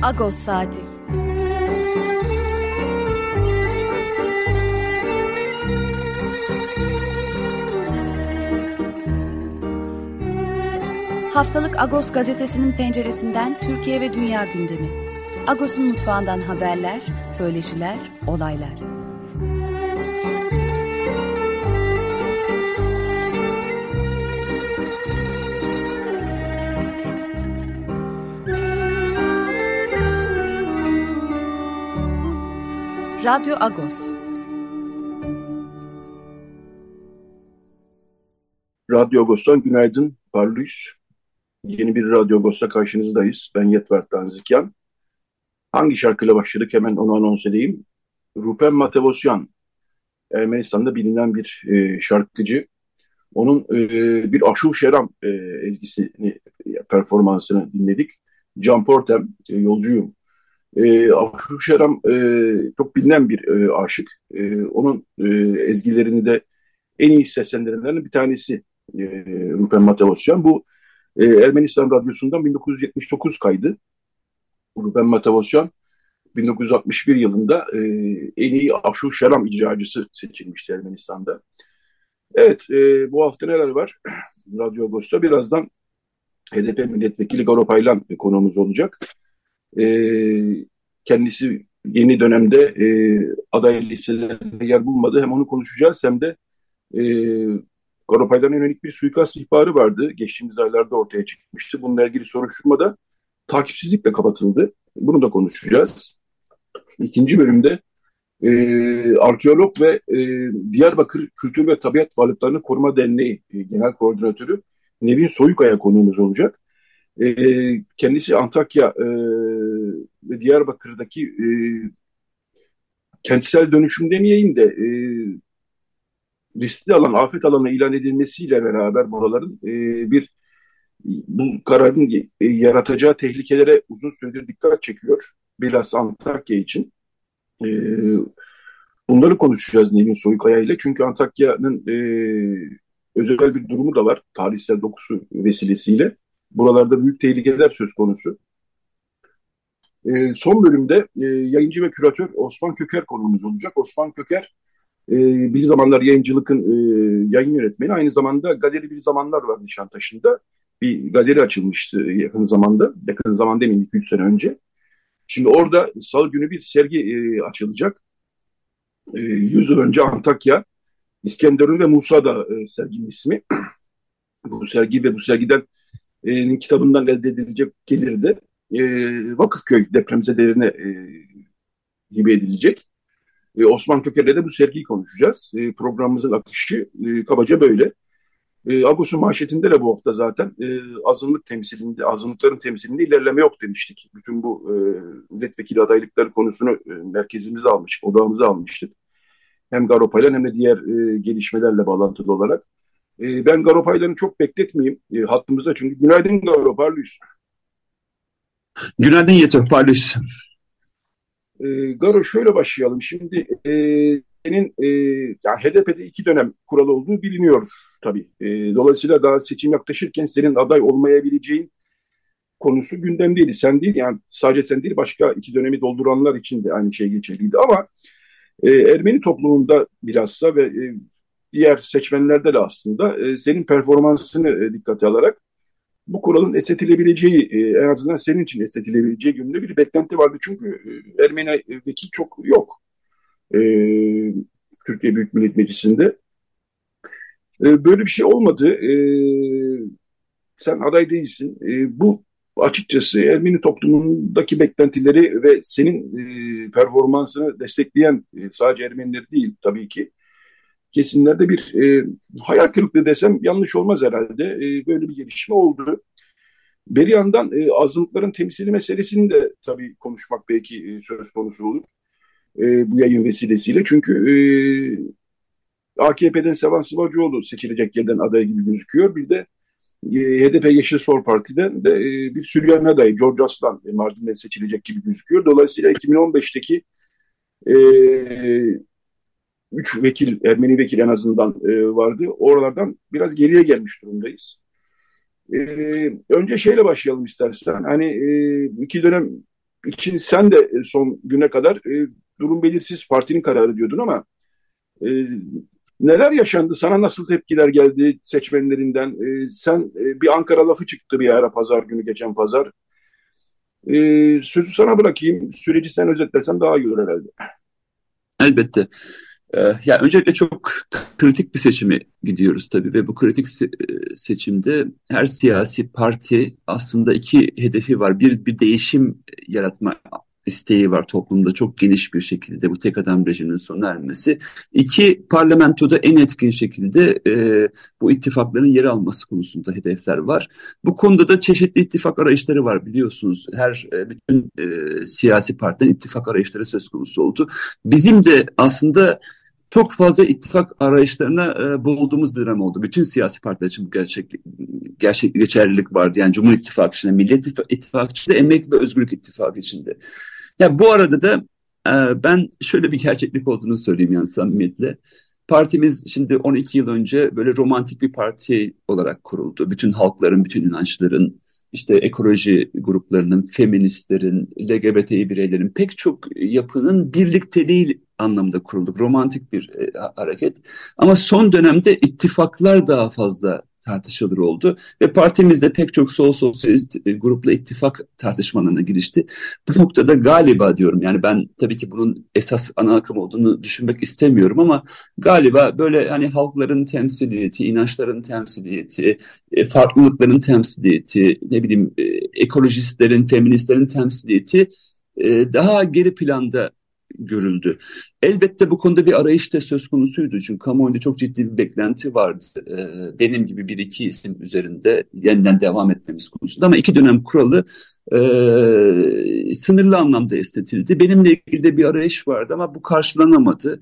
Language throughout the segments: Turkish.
Agos Saati. Haftalık Agos gazetesinin penceresinden Türkiye ve dünya gündemi. Agos'un mutfağından haberler, söyleşiler, olaylar. Radyo Agos. Radyo Agos'tan günaydın, parlıyız. Yeni bir Radyo Agos'ta karşınızdayız. Ben Yetvart Danzikyan. Hangi şarkıyla başladık hemen onu anons edeyim. Rupen Matevosyan, Ermenistan'da bilinen bir şarkıcı. Onun bir Aşu Şeram ezgisini, performansını dinledik. Can Portem, Yolcuyum. Aşu Şeram çok bilinen bir aşık. Onun ezgilerini de en iyi seslendirenlerden bir tanesi Rupen Matevosyan. Bu Ermenistan Radyosu'ndan 1979 kaydı. Rupen Matevosyan 1961 yılında en iyi Aşu Şeram icracısı seçilmişti Ermenistan'da. Evet, bu hafta neler var? Radyo Agos'ta birazdan HDP milletvekili Garo Paylan konuğumuz olacak. Kendisi yeni dönemde aday listelerinde yer bulmadı. Hem onu konuşacağız hem de Garo Paylan'a yönelik bir suikast ihbarı vardı. Geçtiğimiz aylarda ortaya çıkmıştı. Bununla ilgili soruşturma da takipsizlikle kapatıldı. Bunu da konuşacağız. İkinci bölümde arkeolog ve Diyarbakır Kültür ve Tabiat Varlıklarını Koruma Derneği Genel Koordinatörü Nevin Soyukaya konuğumuz olacak. Kendisi Antakya ve Diyarbakır'daki kentsel dönüşüm demeyeyim de riskli alan, afet alanı ilan edilmesiyle beraber buraların bu kararın yaratacağı tehlikelere uzun süredir dikkat çekiyor. Bilhassa Antakya için. Bunları konuşacağız Nevin Soykaya ile. Çünkü Antakya'nın özel bir durumu da var. Tarihsel dokusu vesilesiyle. Buralarda büyük tehlikeler söz konusu. Son bölümde yayıncı ve küratör Osman Köker konuğumuz olacak. Osman Köker bir zamanlar yayıncılıkın yayın yönetmeni. Aynı zamanda galeri bir zamanlar var Nişantaşı'nda. Bir galeri açılmıştı yakın zamanda. Yakın zaman demeyeyim 2-3 sene önce. Şimdi orada Salı günü bir sergi açılacak. 100 yıl önce Antakya, İskenderun ve Musa'da serginin ismi. Bu sergi ve bu sergiden kitabından elde edilecek gelir de Vakıfköy depremzedelerine hibe edilecek. Osman Köker'le de bu sergiyi konuşacağız. Programımızın akışı kabaca böyle. Agos'un manşetinde de bu hafta zaten azınlıkların temsilinde ilerleme yok demiştik. Bütün bu milletvekili adaylıkları konusunu merkezimize almıştık, odağımıza almıştık. Hem Garo Paylan hem de diğer gelişmelerle bağlantılı olarak. Ben Garo Paylan'ı çok bekletmeyeyim hattımıza çünkü. Günaydın Garo, parlıyız. Günaydın Yeto, parlıyız. Garo şöyle başlayalım. Şimdi senin yani HDP'de 2 dönem kural olduğu biliniyor tabii. Dolayısıyla daha seçim yaklaşırken senin aday olmayabileceğin konusu gündemdeydi. Sen değil yani sadece sen değil başka 2 dönemi dolduranlar için de aynı şey geçerliydi ama Ermeni toplumunda bilhassa ve diğer seçmenlerde de aslında senin performansını dikkate alarak bu kuralın esnetilebileceği, en azından senin için esnetilebileceği yönünde bir beklenti vardı. Çünkü Ermeni vekil çok yok Türkiye Büyük Millet Meclisi'nde. Böyle bir şey olmadı. Sen aday değilsin. Bu açıkçası Ermeni toplumundaki beklentileri ve senin performansını destekleyen sadece Ermenileri değil tabii ki kesimlerde bir hayal kırıklığı desem yanlış olmaz herhalde. Böyle bir gelişme oldu. Bir yandan azınlıkların temsili meselesini de tabii konuşmak belki söz konusu olur bu yayın vesilesiyle. Çünkü AKP'den Sevan Sıvacıoğlu seçilecek yerden aday gibi gözüküyor. Bir de HDP Yeşil Sol Parti'den de bir Süryani adayı George Aslan Mardin'den seçilecek gibi gözüküyor. Dolayısıyla 2015'teki 3 vekil, Ermeni vekil en azından vardı. Oralardan biraz geriye gelmiş durumdayız. Önce şeyle başlayalım istersen. Hani 2 dönem için sen de son güne kadar durum belirsiz, partinin kararı diyordun ama e, neler yaşandı? Sana nasıl tepkiler geldi seçmenlerinden? Sen bir Ankara lafı çıktı bir ara pazar günü, geçen pazar. Sözü sana bırakayım. Süreci sen özetlersen daha iyi olur herhalde. Elbette. Ya öncelikle çok kritik bir seçime gidiyoruz tabii ve bu kritik seçimde her siyasi parti aslında iki hedefi var. Bir değişim yaratma isteği var toplumda çok geniş bir şekilde bu tek adam rejiminin sona ermesi. İki, parlamentoda en etkin şekilde bu ittifakların yer alması konusunda hedefler var. Bu konuda da çeşitli ittifak arayışları var biliyorsunuz. Bütün siyasi partiden ittifak arayışları söz konusu oldu. Bizim de aslında çok fazla ittifak arayışlarına boğulduğumuz bir dönem oldu. Bütün siyasi partiler için bu geçerlilik vardı. Yani Cumhur İttifakı içinde, Millet İttifakı içinde, Emek ve Özgürlük İttifakı içinde. Ya bu arada da ben şöyle bir gerçeklik olduğunu söyleyeyim yani samimiyetle. Partimiz şimdi 12 yıl önce böyle romantik bir parti olarak kuruldu. Bütün halkların, bütün inançların, işte ekoloji gruplarının, feministlerin, LGBT bireylerin pek çok yapının birlikteliği anlamda kurulduk. Romantik bir hareket. Ama son dönemde ittifaklar daha fazla tartışılır oldu ve partimizde pek çok sol sosyalist grupla ittifak tartışmalarına girişti. Bu noktada galiba diyorum yani ben tabii ki bunun esas ana akım olduğunu düşünmek istemiyorum ama galiba böyle hani halkların temsiliyeti, inançların temsiliyeti, farklılıkların temsiliyeti, ne bileyim ekolojistlerin, feministlerin temsiliyeti daha geri planda görüldü. Elbette bu konuda bir arayış da söz konusuydu. Çünkü kamuoyunda çok ciddi bir beklenti vardı. Benim gibi bir iki isim üzerinde yeniden devam etmemiz konusunda. Ama iki dönem kuralı sınırlı anlamda esnetildi. Benimle ilgili de bir arayış vardı ama bu karşılanamadı.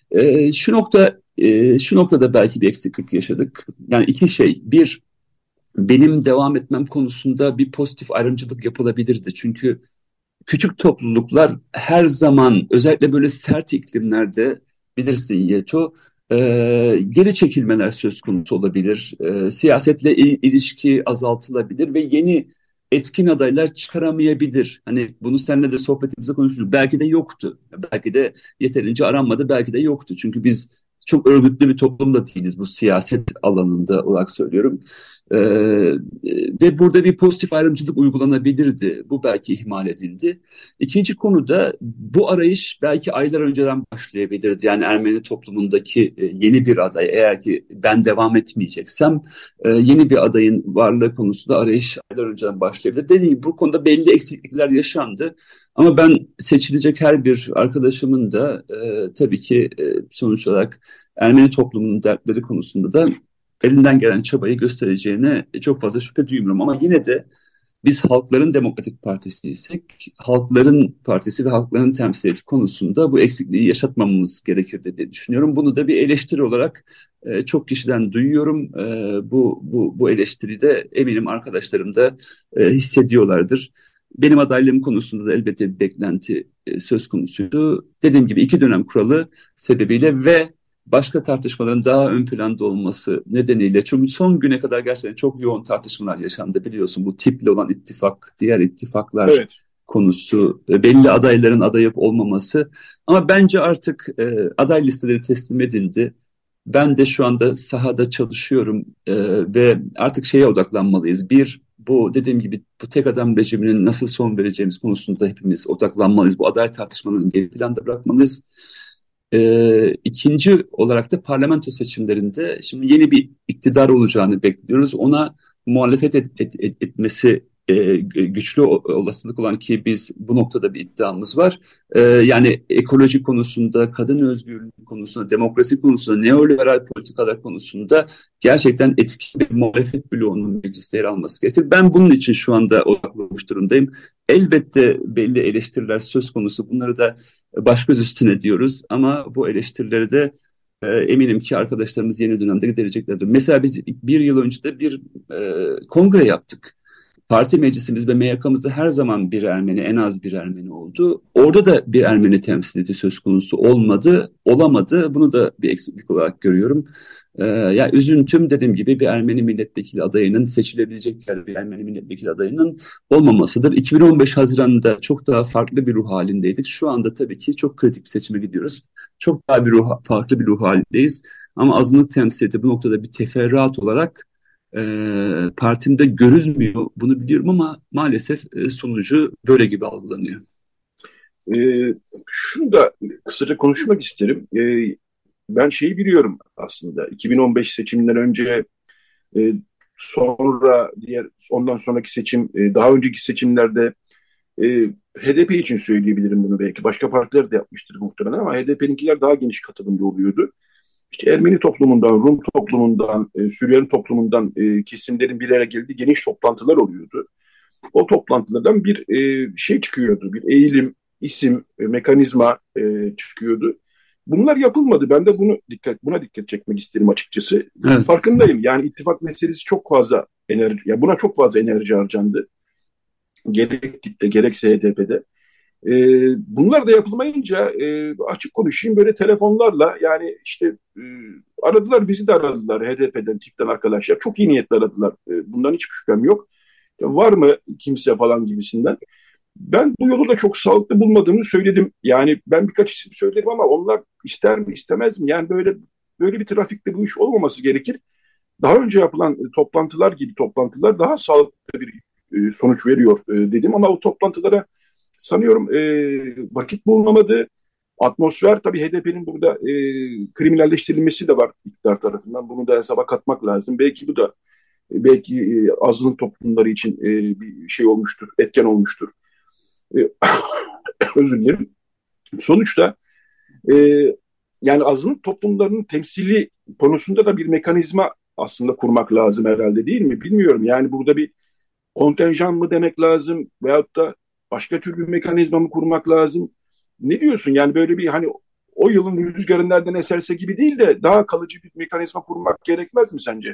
Şu noktada belki bir eksiklik yaşadık. Yani iki şey. Bir, benim devam etmem konusunda bir pozitif ayrımcılık yapılabilirdi. Çünkü küçük topluluklar her zaman özellikle böyle sert iklimlerde bilirsin Yeto geri çekilmeler söz konusu olabilir. Siyasetle ilişki azaltılabilir ve yeni etkin adaylar çıkaramayabilir. Hani bunu seninle de sohbetimizde konuştuk. Belki de yoktu. Belki de yeterince aranmadı. Belki de yoktu. Çünkü biz çok örgütlü bir toplumda değiliz bu siyaset alanında olarak söylüyorum. Ve burada bir pozitif ayrımcılık uygulanabilirdi. Bu belki ihmal edildi. İkinci konu da bu arayış belki aylar önceden başlayabilirdi. Yani Ermeni toplumundaki yeni bir aday eğer ki ben devam etmeyeceksem yeni bir adayın varlığı konusunda arayış aylar önceden başlayabilir. Dediğim gibi bu konuda belli eksiklikler yaşandı. Ama ben seçilecek her bir arkadaşımın da tabii ki sonuç olarak Ermeni toplumunun dertleri konusunda da elinden gelen çabayı göstereceğine çok fazla şüphe duymuyorum. Ama yine de biz Halkların Demokratik Partisi'ysek, Halkların Partisi ve halkların temsiliyeti konusunda bu eksikliği yaşatmamamız gerekirdi diye düşünüyorum. Bunu da bir eleştiri olarak çok kişiden duyuyorum. Bu eleştiriyi de eminim arkadaşlarım da hissediyorlardır. Benim adaylığım konusunda da elbette bir beklenti söz konusuydu. Dediğim gibi iki dönem kuralı sebebiyle ve başka tartışmaların daha ön planda olması nedeniyle çünkü son güne kadar gerçekten çok yoğun tartışmalar yaşandı biliyorsun bu tiple olan ittifak, diğer ittifaklar Evet. konusu, belli adayların adayıp olmaması ama bence artık aday listeleri teslim edildi. Ben de şu anda sahada çalışıyorum ve artık şeye odaklanmalıyız. Bir, bu dediğim gibi bu tek adam rejiminin nasıl son vereceğimiz konusunda hepimiz odaklanmalıyız. Bu aday tartışmalarını geri planda bırakmalıyız. İkinci olarak da parlamento seçimlerinde şimdi yeni bir iktidar olacağını bekliyoruz. Ona muhalefet etmesi güçlü olasılık olan ki biz bu noktada bir iddiamız var. Yani ekoloji konusunda, kadın özgürlüğü konusunda, demokrasi konusunda, neoliberal politikalar konusunda gerçekten etkin bir muhalefet bloğunun mecliste yer alması gerekir. Ben bunun için şu anda odaklanmış durumdayım. Elbette belli eleştiriler söz konusu. Bunları da baş göz üstüne diyoruz ama bu eleştirileri de eminim ki arkadaşlarımız yeni dönemde gidereceklerdir. Mesela biz bir yıl önce de bir kongre yaptık. Parti meclisimiz ve MYK'mızda her zaman bir Ermeni, en az bir Ermeni oldu. Orada da bir Ermeni temsiliyeti söz konusu olmadı, olamadı. Bunu da bir eksiklik olarak görüyorum. Ya üzüntüm dediğim gibi bir Ermeni milletvekili adayının seçilebilecek bir Ermeni milletvekili adayının olmamasıdır. 2015 Haziran'da çok daha farklı bir ruh halindeydik. Şu anda tabii ki çok kritik bir seçime gidiyoruz. Çok daha farklı bir ruh halindeyiz. Ama azınlık temsiliyeti bu noktada bir teferruat olarak partimde görülmüyor. Bunu biliyorum ama maalesef sonucu böyle gibi algılanıyor. Şunu da kısaca konuşmak isterim. Ben şeyi biliyorum aslında. 2015 seçiminden önce, e, ondan sonraki seçim, daha önceki seçimlerde e, HDP için söyleyebilirim bunu belki. Başka partiler de yapmıştır muhtemelen ama HDP'ninkiler daha geniş katılımda oluyordu. İşte Ermeni toplumundan, Rum toplumundan, Süryani toplumundan kesimlerin bir araya geldiği geniş toplantılar oluyordu. O toplantılardan bir şey çıkıyordu, bir eğilim, isim, mekanizma çıkıyordu. Bunlar yapılmadı. Ben de buna dikkat çekmek isterim açıkçası. Evet. Farkındayım. Yani ittifak meselesi çok fazla enerji, ya buna çok fazla enerji harcandı. Gerek TİP'te gerekse HDP'de. Bunlar da yapılmayınca, açık konuşayım, böyle telefonlarla yani işte aradılar, bizi de aradılar HDP'den, TİP'ten arkadaşlar. Çok iyi niyetli aradılar. Bundan hiçbir şüphem yok. Var mı kimse falan gibisinden. Ben bu yolu da çok sağlıklı bulmadığımı söyledim. Yani ben birkaç isim söylerim ama onlar ister mi istemez mi? Yani böyle bir trafikte bu iş olmaması gerekir. Daha önce yapılan toplantılar gibi toplantılar daha sağlıklı bir sonuç veriyor dedim ama o toplantılara sanıyorum vakit bulunamadı. Atmosfer, tabii HDP'nin burada kriminalleştirilmesi de var iktidar tarafından. Bunu da hesaba katmak lazım. Belki bu da azınlık toplumları için bir şey olmuştur, etken olmuştur. E, Özür dilerim. Sonuçta e, yani azınlık toplumlarının temsili konusunda da bir mekanizma aslında kurmak lazım herhalde, değil mi? Bilmiyorum. Yani burada bir kontenjan mı demek lazım veyahut da başka tür bir mekanizma mı kurmak lazım? Ne diyorsun? Yani böyle bir, hani o yılın rüzgarı nereden eserse gibi değil de daha kalıcı bir mekanizma kurmak gerekmez mi sence?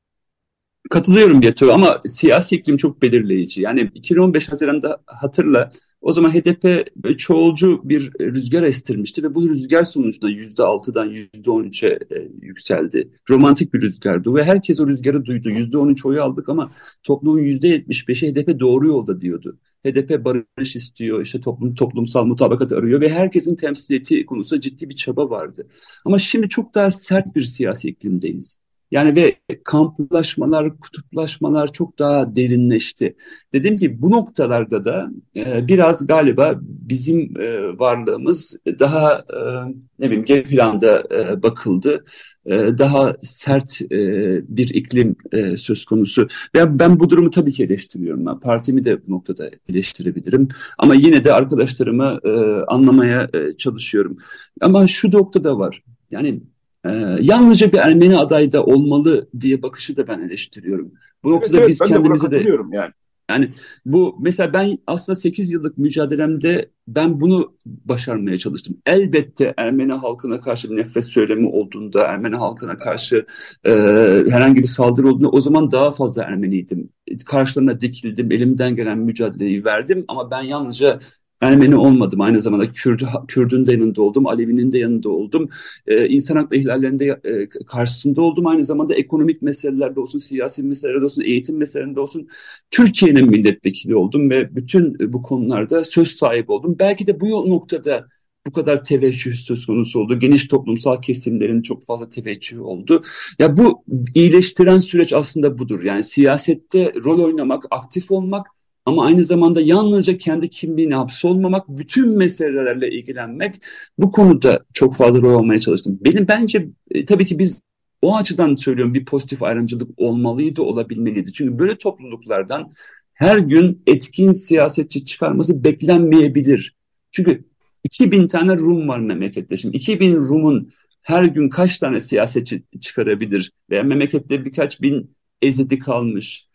Katılıyorum Getro ama siyasi iklim çok belirleyici. Yani 2015 Haziran'da hatırla o zaman HDP böyle çoğulcu bir rüzgar estirmişti ve bu rüzgar sonucunda %6'dan %13'e yükseldi. Romantik bir rüzgardı ve herkes o rüzgarı duydu. %13 oyu aldık ama toplumun %75'i HDP doğru yolda diyordu. HDP barış istiyor, işte toplumsal mutabakat arıyor ve herkesin temsiliyeti konusunda ciddi bir çaba vardı. Ama şimdi çok daha sert bir siyasi iklimdeyiz. Yani ve kamplaşmalar, kutuplaşmalar çok daha derinleşti. Dediğim gibi bu noktalarda da biraz galiba bizim varlığımız daha ne bileyim geri planda bakıldı. Daha sert bir iklim söz konusu. Ve ben bu durumu tabii ki eleştiriyorum. Ben partimi de bu noktada eleştirebilirim. Ama yine de arkadaşlarımı anlamaya çalışıyorum. Ama şu noktada var. Yani yalnızca bir Ermeni aday da olmalı diye bakışı da ben eleştiriyorum. Bu Evet, noktada evet, biz ben de buna kendimize de katılıyorum yani. yani bu mesela ben aslında 8 yıllık mücadelemde ben bunu başarmaya çalıştım. Elbette Ermeni halkına karşı bir nefret söylemi olduğunda, Ermeni halkına karşı e, herhangi bir saldırı olduğunda o zaman daha fazla Ermeniydim. Karşılarına dikildim, elimden gelen mücadeleyi verdim ama ben yalnızca Ermeni olmadım. Aynı zamanda Kürdün de yanında oldum, Alevinin de yanında oldum. İnsan hakları ihlallerinde karşısında oldum. Aynı zamanda ekonomik meselelerde olsun, siyasi meselelerde olsun, eğitim meselelerinde olsun. Türkiye'nin milletvekili oldum ve bütün bu konularda söz sahibi oldum. Belki de bu noktada bu kadar teveccüh söz konusu oldu. Geniş toplumsal kesimlerin çok fazla teveccühü oldu. Ya bu iyileştiren süreç aslında budur. Yani siyasette rol oynamak, aktif olmak ama aynı zamanda yalnızca kendi kimliğine hapsolmamak, bütün meselelerle ilgilenmek, bu konuda çok fazla rol almaya çalıştım. Bence tabii ki biz o açıdan söylüyorum bir pozitif ayrımcılık olmalıydı, olabilmeliydi. Çünkü böyle topluluklardan her gün etkin siyasetçi çıkarması beklenmeyebilir. Çünkü 2000 tane Rum var memlekette. Şimdi 2000 Rum'un her gün kaç tane siyasetçi çıkarabilir? Veya memlekette birkaç bin Ezidi kalmış.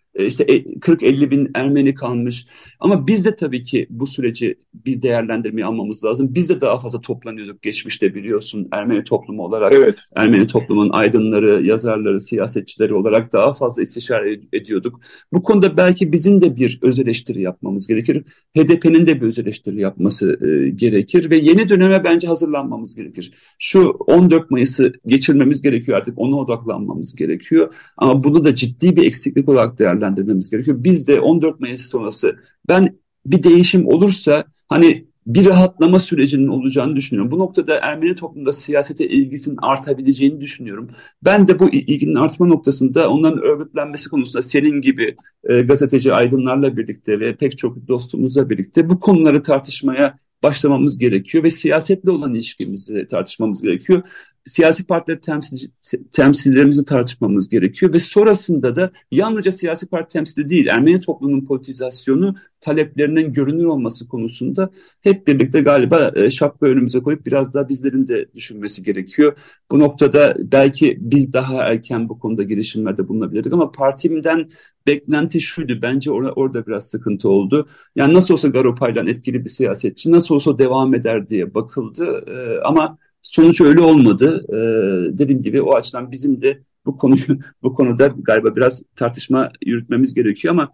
İşte 40-50 bin Ermeni kalmış. Ama biz de tabii ki bu süreci bir değerlendirmeye almamız lazım. Biz de daha fazla toplanıyorduk geçmişte, biliyorsun, Ermeni toplumu olarak. Evet. Ermeni toplumun aydınları, yazarları, siyasetçileri olarak daha fazla istişare ediyorduk. Bu konuda belki bizim de bir öz eleştiri yapmamız gerekir. HDP'nin de bir öz eleştiri yapması gerekir ve yeni döneme bence hazırlanmamız gerekir. Şu 14 Mayıs'ı geçirmemiz gerekiyor, artık ona odaklanmamız gerekiyor. Ama bunu da ciddi bir eksiklik olarak değerlendirmemiz gerekiyor. Biz de 14 Mayıs sonrası bir değişim olursa hani bir rahatlama sürecinin olacağını düşünüyorum. Bu noktada Ermeni toplumda siyasete ilgisinin artabileceğini düşünüyorum. Ben de bu ilginin artma noktasında onların örgütlenmesi konusunda senin gibi gazeteci aydınlarla birlikte ve pek çok dostumuzla birlikte bu konuları tartışmaya başlamamız gerekiyor ve siyasetle olan ilişkimizi tartışmamız gerekiyor. Siyasi partileri temsilcilerimizi tartışmamız gerekiyor ve sonrasında da yalnızca siyasi parti temsili değil, Ermeni toplumunun politizasyonu, taleplerinin görünür olması konusunda hep birlikte galiba şapka önümüze koyup biraz daha bizlerin de düşünmesi gerekiyor. Bu noktada belki biz daha erken bu konuda girişimlerde bulunabilirdik ama partimden beklenti şuydu, bence orada biraz sıkıntı oldu. Yani nasıl olsa Garopaylan etkili bir siyasetçi, nasıl olsa devam eder diye bakıldı ama sonuç öyle olmadı. Dediğim gibi o açıdan bizim de bu konuda galiba biraz tartışma yürütmemiz gerekiyor ama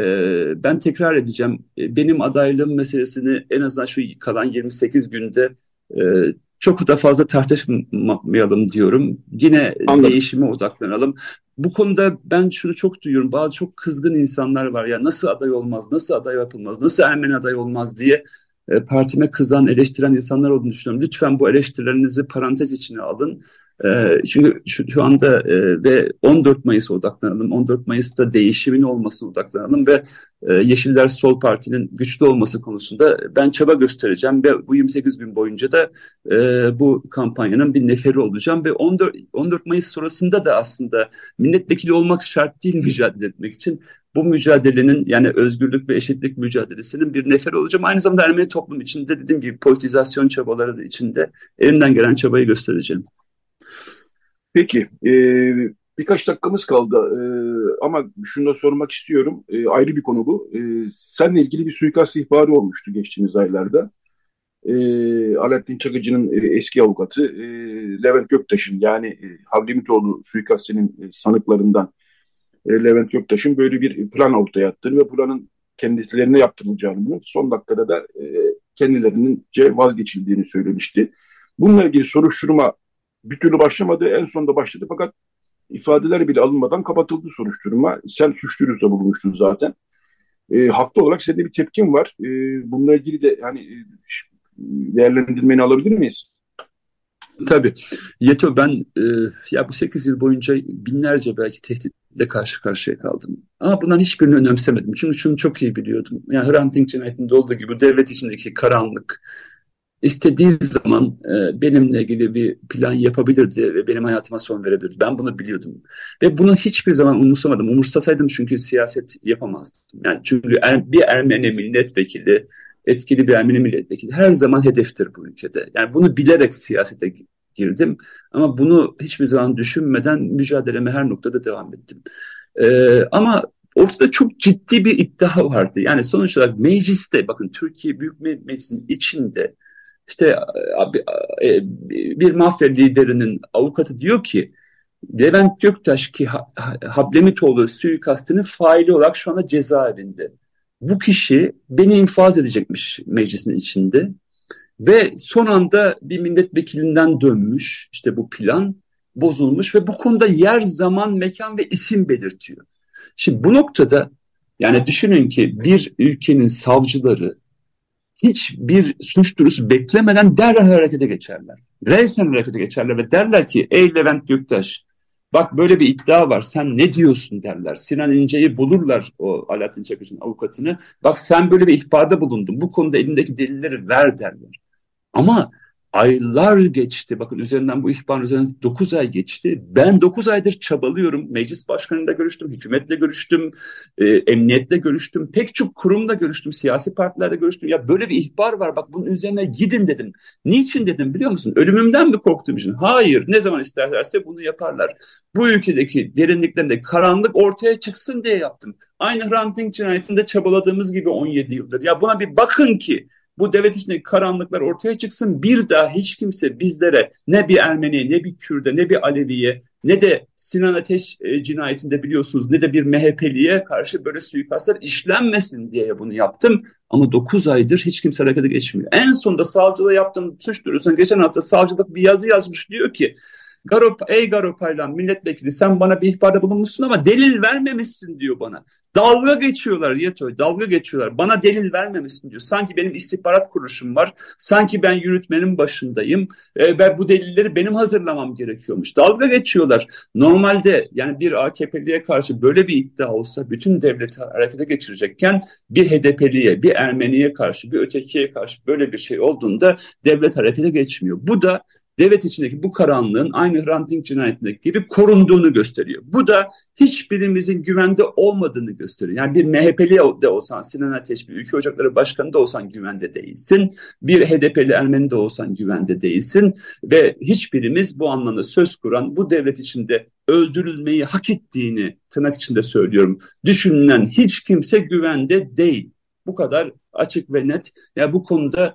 ben tekrar edeceğim. Benim adaylığım meselesini en azından şu kalan 28 günde e, çok da fazla tartışmayalım diyorum. Yine Anladım. değişime odaklanalım. Bu konuda ben şunu çok duyuyorum. Bazı çok kızgın insanlar var ya, nasıl aday olmaz, nasıl aday yapılmaz, nasıl Ermeni aday olmaz diye partime kızan, eleştiren insanlar olduğunu düşünüyorum. Lütfen bu eleştirilerinizi parantez içine alın. Çünkü şu anda ve 14 Mayıs'a odaklanalım. 14 Mayıs'ta değişimin olmasına odaklanalım ve Yeşiller Sol Parti'nin güçlü olması konusunda ben çaba göstereceğim ve bu 28 gün boyunca da bu kampanyanın bir neferi olacağım ve 14 Mayıs sonrasında da aslında milletvekili olmak şart değil mücadele etmek için. Bu mücadelenin, yani özgürlük ve eşitlik mücadelesinin bir neferi olacağım. Aynı zamanda Ermeni toplum içinde, dediğim gibi, politizasyon çabaları da içinde elimden gelen çabayı göstereceğim. Peki, birkaç dakikamız kaldı. Ama şunu da sormak istiyorum. Ayrı bir konu bu. Seninle ilgili bir suikast ihbarı olmuştu geçtiğimiz aylarda. Alaaddin Çakıcı'nın eski avukatı Levent Göktaş'ın, yani Havlimitoğlu suikastinin sanıklarından Levent Göktaş'ın böyle bir plan ortaya attığını ve planın kendilerine yaptırılacağını, son dakikada da kendilerince vazgeçildiğini söylemişti. Bununla ilgili soruşturma bir türlü başlamadı. En sonunda başladı fakat ifadeler bile alınmadan kapatıldı soruşturma. Sen suç duyurusunda bulunmuştun zaten. Haklı olarak senin de bir tepkin var. Bununla ilgili de yani değerlendirmeni alabilir miyiz? Tabii. Yeto, ben ya bu 8 yıl boyunca binlerce belki tehditle karşı karşıya kaldım. Ama bunların hiçbirini önemsemedim. Çünkü şunu çok iyi biliyordum. Yani Hrant Dink cinayetinde olduğu gibi bu devlet içindeki karanlık istediği zaman benimle ilgili bir plan yapabilirdi ve benim hayatıma son verebilirdi. Ben bunu biliyordum. Ve bunu hiçbir zaman umursamadım. Umursasaydım çünkü siyaset yapamazdım. Yani çünkü bir Ermeni milletvekili, etkili bir Ermeni milletvekili her zaman hedeftir bu ülkede. Yani bunu bilerek siyasete girdim. Ama bunu hiçbir zaman düşünmeden mücadeleme her noktada devam ettim. Ama ortada çok ciddi bir iddia vardı. Yani sonuç olarak mecliste, bakın, Türkiye Büyük Meclisi'nin içinde işte bir mafya liderinin avukatı diyor ki Levent Göktaş ki Hablemitoğlu suikastının faili olarak şu anda cezaevinde. Bu kişi beni infaz edecekmiş meclisin içinde ve son anda bir milletvekilinden dönmüş. İşte bu plan bozulmuş ve bu konuda yer, zaman, mekan ve isim belirtiyor. Şimdi bu noktada yani düşünün ki bir ülkenin savcıları hiçbir suç duyurusu beklemeden derhal harekete geçerler. Resen harekete geçerler ve derler ki ey Levent Göktaş, bak böyle bir iddia var, sen ne diyorsun derler. Sinan İnce'yi bulurlar, o Alaaddin Çakıcı'nın avukatını. Bak sen böyle bir ihbarda bulundun, bu konuda elindeki delilleri ver derler. Ama Aylar geçti. Bakın üzerinden bu ihbarın üzerinden 9 ay geçti. Ben 9 aydır çabalıyorum. Meclis başkanıyla görüştüm, hükümetle görüştüm, emniyetle görüştüm, pek çok kurumla görüştüm, siyasi partilerle görüştüm. Ya böyle bir ihbar var, bak bunun üzerine gidin dedim. Niçin dedim biliyor musun? Ölümümden mi korktuğum için? Hayır, ne zaman isterlerse bunu yaparlar. Bu ülkedeki derinliklerinde karanlık ortaya çıksın diye yaptım. Aynı Hrant Dink cinayetinde çabaladığımız gibi 17 yıldır. Ya buna bir bakın ki bu devlet içindeki karanlıklar ortaya çıksın. Bir daha hiç kimse bizlere, ne bir Ermeniye, ne bir Kürt'e, ne bir Alevi'ye, ne de Sinan Ateş cinayetinde biliyorsunuz, ne de bir MHP'liye karşı böyle suikastlar işlenmesin diye bunu yaptım. Ama 9 aydır hiç kimse harekete geçmiyor. En sonunda savcılığa yaptığım suç duyurusuna geçen hafta savcılık bir yazı yazmış, diyor ki ey Garopaylan milletvekili, sen bana bir ihbarda bulunmuşsun ama delil vermemişsin diyor bana. Dalga geçiyorlar Yetoy, dalga geçiyorlar. Bana delil vermemişsin diyor. Sanki benim istihbarat kuruluşum var. Sanki ben yürütmenin başındayım. Ben bu delilleri benim hazırlamam gerekiyormuş. Dalga geçiyorlar. Normalde yani bir AKP'liye karşı böyle bir iddia olsa bütün devleti harekete geçirecekken bir HDP'liye, bir Ermeniye karşı, bir ötekiye karşı böyle bir şey olduğunda devlet harekete geçmiyor. Bu da devlet içindeki bu karanlığın aynı Hrant Dink cinayetindeki gibi korunduğunu gösteriyor. Bu da hiçbirimizin güvende olmadığını gösteriyor. Yani bir MHP'li de olsan, Sinan Ateş, bir Ülke Ocakları Başkanı da olsan güvende değilsin. Bir HDP'li Ermeni de olsan güvende değilsin. Ve hiçbirimiz bu anlamda söz kuran, bu devlet içinde öldürülmeyi hak ettiğini tırnak içinde söylüyorum, düşünülen hiç kimse güvende değil. Bu kadar açık ve net. Yani bu konuda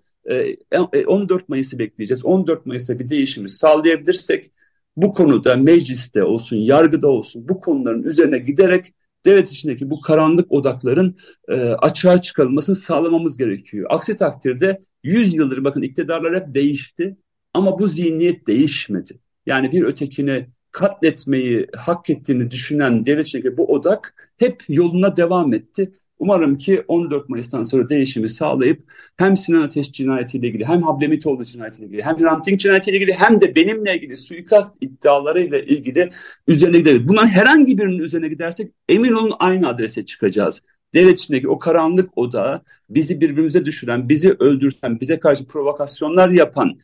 14 Mayıs'ı bekleyeceğiz. 14 Mayıs'ta bir değişimi sağlayabilirsek bu konuda mecliste olsun, yargıda olsun bu konuların üzerine giderek devlet içindeki bu karanlık odakların açığa çıkarılmasını sağlamamız gerekiyor. Aksi takdirde 100 yıldır bakın iktidarlar hep değişti ama bu zihniyet değişmedi. Yani bir ötekini katletmeyi hak ettiğini düşünen devlet içindeki bu odak hep yoluna devam etti. Umarım ki 14 Mayıs'tan sonra değişimi sağlayıp hem Sinan Ateş cinayetiyle ilgili, hem Hablemitoğlu cinayetiyle ilgili, hem Hrant Dink cinayetiyle ilgili, hem de benimle ilgili suikast iddialarıyla ilgili üzerine gideriz. Bunların herhangi birinin üzerine gidersek emin olun aynı adrese çıkacağız. Devlet içindeki o karanlık odağı, bizi birbirimize düşüren, bizi öldürten, bize karşı provokasyonlar yapan,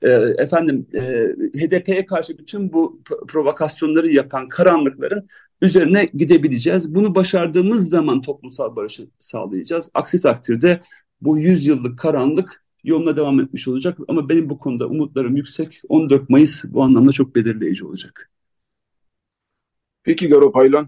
HDP'ye karşı bütün bu provokasyonları yapan karanlıkların üzerine gidebileceğiz. Bunu başardığımız zaman toplumsal barışı sağlayacağız. Aksi takdirde bu 100 yıllık karanlık yoluna devam etmiş olacak. Ama benim bu konuda umutlarım yüksek. 14 Mayıs bu anlamda çok belirleyici olacak. Peki Garopaylan,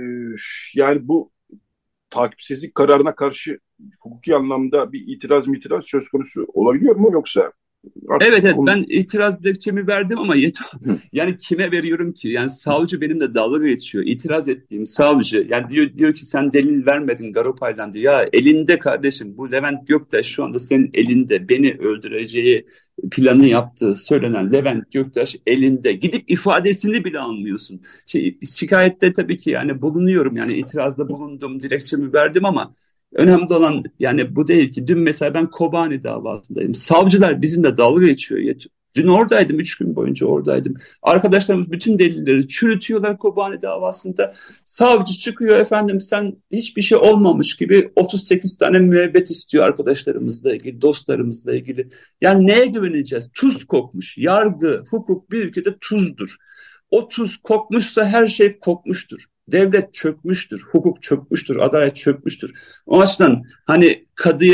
yani bu takipsizlik kararına karşı hukuki anlamda bir itiraz söz konusu olabiliyor mu, yoksa Evet, ben itiraz dilekçemi verdim ama yani kime veriyorum ki? Yani savcı benimle dalga geçiyor. İtiraz ettiğim savcı yani diyor ki sen delil vermedin Garopaylan diyor. Ya elinde kardeşim, bu Levent Göktaş şu anda senin elinde, beni öldüreceği planı yaptığı söylenen Levent Göktaş elinde. Gidip ifadesini bile almıyorsun. Şikayette tabii ki yani bulunuyorum, yani itirazda bulundum, dilekçemi verdim ama önemli olan yani bu değil ki. Dün mesela ben Kobani davasındaydım. Savcılar bizimle dalga geçiyor. Dün oradaydım, 3 gün boyunca oradaydım. Arkadaşlarımız bütün delilleri çürütüyorlar Kobani davasında. Savcı çıkıyor, efendim sen hiçbir şey olmamış gibi 38 tane müebbet istiyor arkadaşlarımızla ilgili, dostlarımızla ilgili. Yani neye güveneceğiz? Tuz kokmuş. Yargı, hukuk bir ülkede tuzdur. O tuz kokmuşsa her şey kokmuştur. Devlet çökmüştür, hukuk çökmüştür, adalet çökmüştür. O açıdan hani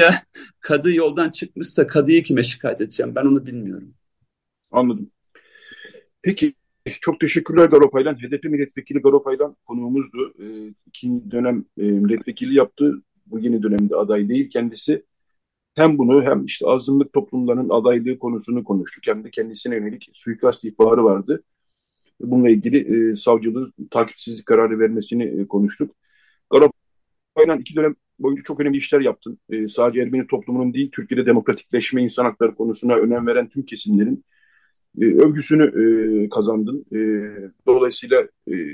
kadı yoldan çıkmışsa kadıyı kime şikayet edeceğim, ben onu bilmiyorum. Anladım. Peki, çok teşekkürler Garopaylan. HDP milletvekili Garopaylan konuğumuzdu. İkinci dönem milletvekili yaptı. Bu yeni dönemde aday değil kendisi. Hem bunu hem işte azınlık toplumlarının adaylığı konusunu konuştuk. Hem de kendisine yönelik suikast ihbarı vardı. Bununla ilgili savcılığın takipsizlik kararı vermesini konuştuk. Garopaylan 2 dönem boyunca çok önemli işler yaptın. Sadece Ermeni toplumunun değil, Türkiye'de demokratikleşme, insan hakları konusuna önem veren tüm kesimlerin övgüsünü kazandın. Dolayısıyla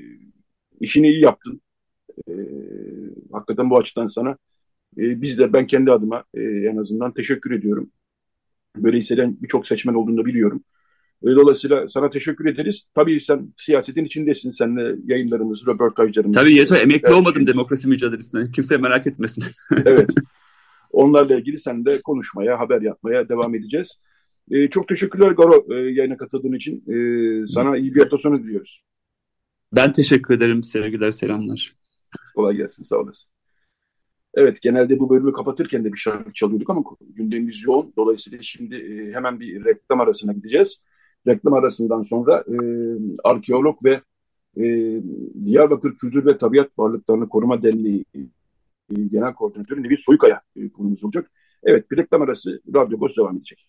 işini iyi yaptın. E, Hakikaten bu açıdan sana biz de, ben kendi adıma en azından teşekkür ediyorum. Böyle hisseden birçok seçmen olduğunu da biliyorum. Dolayısıyla sana teşekkür ederiz. Tabii sen siyasetin içindesin. Seninle yayınlarımız, röportajlarımız. Tabii Yeto, emekli olmadım demokrasi mücadelesinden. Kimse merak etmesin. Evet. Onlarla ilgili seninle konuşmaya, haber yapmaya devam edeceğiz. Çok teşekkürler Garo, yayına katıldığın için. Sana iyi bir hafta sonu diliyoruz. Ben teşekkür ederim. Sevgiler, selamlar. Kolay gelsin, sağ olasın. Evet, genelde bu bölümü kapatırken de bir şarkı çalıyorduk ama gündemimiz yoğun. Dolayısıyla şimdi hemen bir reklam arasına gideceğiz. Reklam arasından sonra arkeolog ve e, Diyarbakır Kültür ve Tabiat Varlıklarını Koruma Derneği Genel Koordinatörü Nevi Soykaya konumuz olacak. Evet, bir reklam arası, Radyo Agos devam edecek.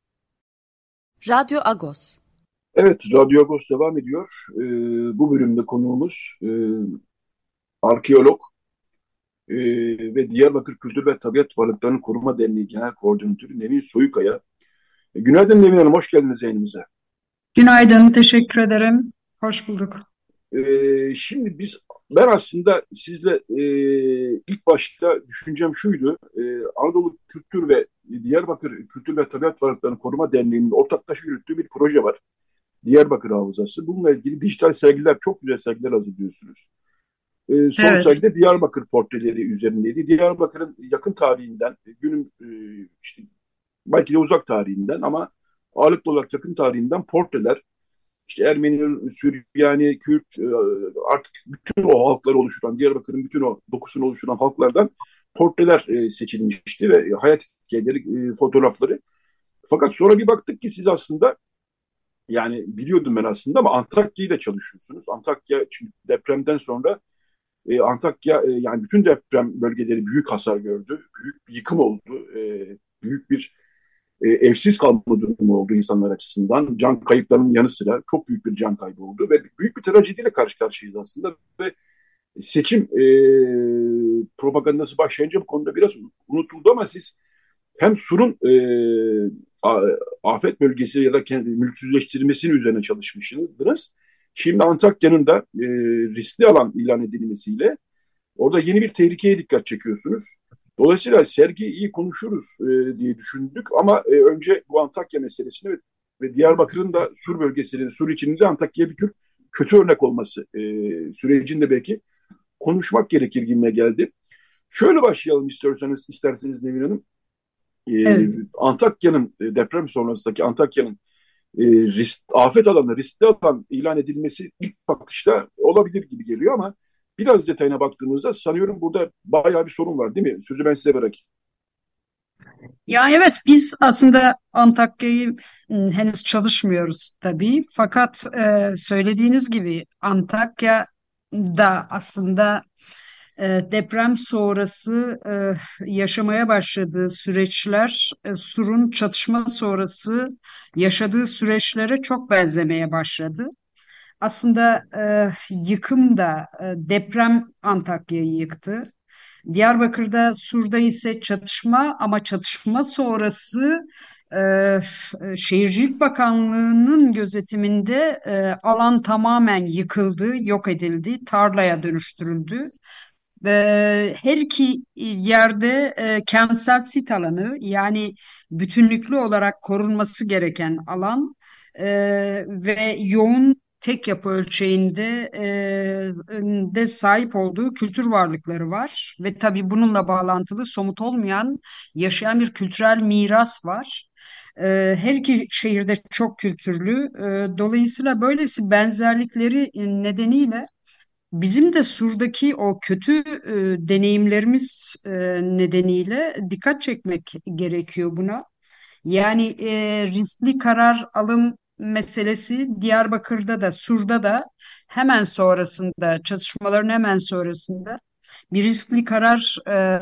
Radyo Agos. Evet, Radyo Agos devam ediyor. Bu bölümde konuğumuz arkeolog ve Diyarbakır Kültür ve Tabiat Varlıklarını Koruma Derneği Genel Koordinatörü Nevin Soykaya. Günaydın Nevin Hanım, hoş geldiniz yayınımıza. Günaydın, teşekkür ederim. Hoş bulduk. Şimdi ben aslında sizle ilk başta düşüncem şuydu. Anadolu Kültür ve Diyarbakır Kültür ve Tabiat Varlıklarını Koruma Derneği'nin ortaklaşa yürüttüğü bir proje var. Diyarbakır Havzası. Bununla ilgili dijital sergiler, çok güzel sergiler hazırlıyorsunuz. Son Evet, sergide Diyarbakır portreleri üzerindeydi. Diyarbakır'ın yakın tarihinden, günün işte belki de uzak tarihinden ama ağırlıklı olarak yakın tarihinden portreler, işte Ermeni, Süryani, Kürt, artık bütün o halkları oluşturan, Diyarbakır'ın bütün o dokusunu oluşturan halklardan portreler seçilmişti ve hayat hikayeleri, fotoğrafları. Fakat sonra bir baktık ki siz aslında, yani biliyordum ben aslında ama Antakya'yı da çalışıyorsunuz. Antakya, çünkü depremden sonra Antakya, yani bütün deprem bölgeleri büyük hasar gördü. Büyük bir yıkım oldu. Büyük bir evsiz kalma durumu oldu insanlar açısından. Can kayıplarının yanı sıra çok büyük bir can kaybı oldu ve büyük bir trajediyle karşı karşıyayız aslında. Ve seçim propagandası başlayınca bu konuda biraz unutuldu ama siz hem Sur'un afet bölgesi ya da kendi mülksüzleştirilmesinin üzerine çalışmışsınız. Şimdi Antakya'nın da riskli alan ilan edilmesiyle orada yeni bir tehlikeye dikkat çekiyorsunuz. Dolayısıyla sergi iyi konuşuruz diye düşündük ama önce bu Antakya meselesini ve Diyarbakır'ın da Sur bölgesinin, Sur içinde Antakya'ya bir tür kötü örnek olması sürecinde belki konuşmak gerekir gibime geldi. Şöyle başlayalım isterseniz Nevin Hanım. evet. Antakya'nın deprem sonrasındaki Antakya'nın afet alanı, riskli alan ilan edilmesi ilk bakışta olabilir gibi geliyor ama biraz detayına baktığımızda sanıyorum burada bayağı bir sorun var, değil mi? Sözü ben size bırakayım. Ya evet, biz aslında Antakya'yı henüz çalışmıyoruz tabii. Fakat söylediğiniz gibi Antakya'da aslında deprem sonrası yaşamaya başladığı süreçler, Sur'un çatışma sonrası yaşadığı süreçlere çok benzemeye başladı. Aslında yıkım da deprem Antakya'yı yıktı. Diyarbakır'da, Sur'da ise çatışma, ama çatışma sonrası Şehircilik Bakanlığı'nın gözetiminde alan tamamen yıkıldı, yok edildi, tarlaya dönüştürüldü. Her iki yerde kentsel sit alanı, yani bütünlüklü olarak korunması gereken alan ve yoğun tek yapı ölçeğinde de sahip olduğu kültür varlıkları var ve tabii bununla bağlantılı somut olmayan yaşayan bir kültürel miras var. Her iki şehirde çok kültürlü. Dolayısıyla böylesi benzerlikleri nedeniyle bizim de Sur'daki o kötü deneyimlerimiz nedeniyle dikkat çekmek gerekiyor buna. Yani riskli karar alım meselesi Diyarbakır'da da Sur'da da hemen sonrasında, çatışmaların hemen sonrasında bir riskli karar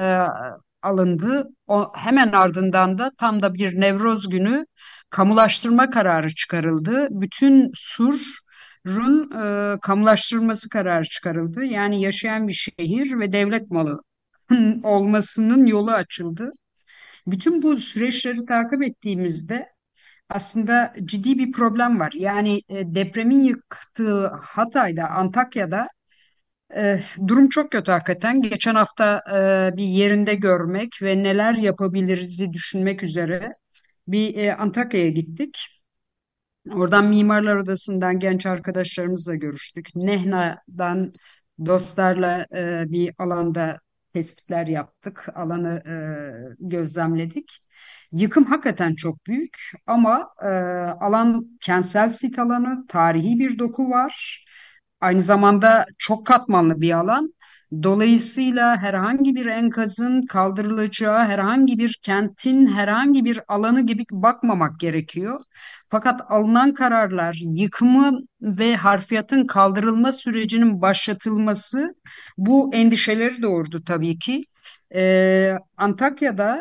alındı. O hemen ardından da tam da bir Nevroz günü kamulaştırma kararı çıkarıldı. Bütün Sur'un kamulaştırılması kararı çıkarıldı. Yani yaşayan bir şehir ve devlet malı olmasının yolu açıldı. Bütün bu süreçleri takip ettiğimizde aslında ciddi bir problem var. Yani depremin yıktığı Hatay'da, Antakya'da durum çok kötü hakikaten. Geçen hafta bir yerinde görmek ve neler yapabiliriz'i düşünmek üzere bir Antakya'ya gittik. Oradan Mimarlar Odası'ndan genç arkadaşlarımızla görüştük. Nehna'dan dostlarla bir alanda tespitler yaptık, alanı gözlemledik. Yıkım hakikaten çok büyük ama alan kentsel sit alanı, tarihi bir doku var. Aynı zamanda çok katmanlı bir alan. Dolayısıyla herhangi bir enkazın kaldırılacağı herhangi bir kentin herhangi bir alanı gibi bakmamak gerekiyor. Fakat alınan kararlar, yıkımı ve harfiyatın kaldırılma sürecinin başlatılması bu endişeleri doğurdu tabii ki. Antakya'da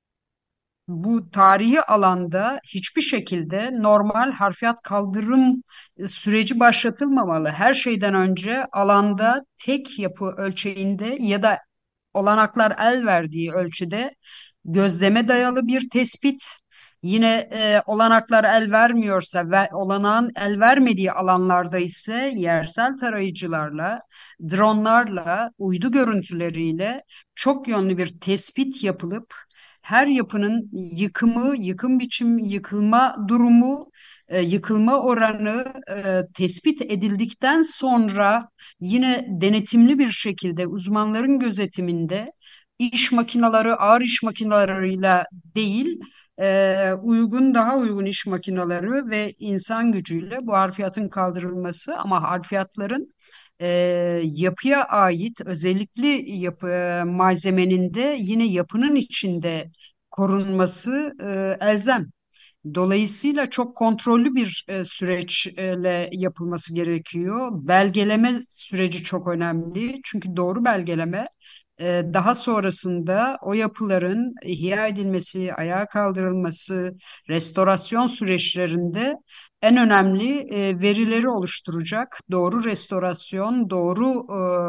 bu tarihi alanda hiçbir şekilde normal harfiyat kaldırım süreci başlatılmamalı. Her şeyden önce alanda tek yapı ölçeğinde ya da olanaklar el verdiği ölçüde gözleme dayalı bir tespit. Yine olanaklar el vermiyorsa ve olanağın el vermediği alanlarda ise yersel tarayıcılarla, dronlarla, uydu görüntüleriyle çok yönlü bir tespit yapılıp her yapının yıkımı, yıkım biçimi, yıkılma durumu, yıkılma oranı tespit edildikten sonra yine denetimli bir şekilde uzmanların gözetiminde iş makineleri, ağır iş makineleriyla değil, daha uygun iş makineleri ve insan gücüyle bu harfiyatın kaldırılması ama harfiyatların e, yapıya ait özellikli yapı malzemenin de yine yapının içinde korunması elzem. Dolayısıyla çok kontrollü bir süreçle yapılması gerekiyor. Belgeleme süreci çok önemli. Çünkü doğru belgeleme daha sonrasında o yapıların ihya edilmesi, ayağa kaldırılması, restorasyon süreçlerinde en önemli verileri oluşturacak. Doğru restorasyon, doğru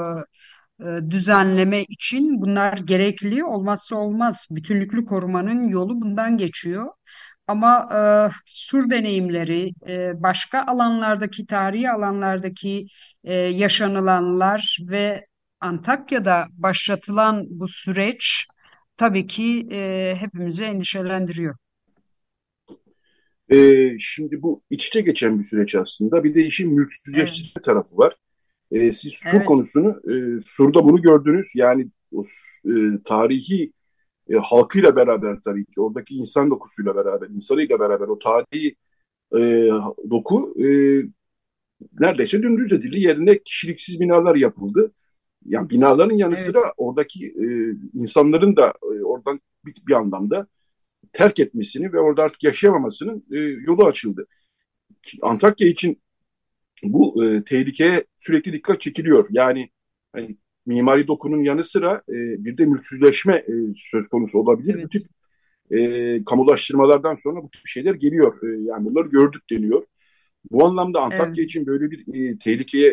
düzenleme için bunlar gerekli, olmazsa olmaz. Bütünlüklü korumanın yolu bundan geçiyor. Ama sur deneyimleri, başka alanlardaki, tarihi alanlardaki yaşanılanlar ve Antakya'da başlatılan bu süreç tabii ki hepimizi endişelendiriyor. Şimdi bu iç içe geçen bir süreç aslında. Bir de işin Evet, mülksüzleştirme tarafı var. Siz sur evet, konusunu, surda bunu gördünüz. Yani o tarihi halkıyla beraber tabii ki oradaki insan dokusuyla beraber, insanıyla beraber o tarihi e, doku neredeyse dümdüz edildi. Yerine kişiliksiz binalar yapıldı. Yani binaların yanı evet, sıra oradaki insanların da oradan bir anlamda terk etmesini ve orada artık yaşayamamasının yolu açıldı. Antakya için bu tehlikeye sürekli dikkat çekiliyor. Yani hani, mimari dokunun yanı sıra bir de mülksüzleşme söz konusu olabilir. Bu evet. tip kamulaştırmalardan sonra bu tip şeyler geliyor. Yani bunları gördük deniyor. Bu anlamda Evet. Antakya için böyle bir tehlikeye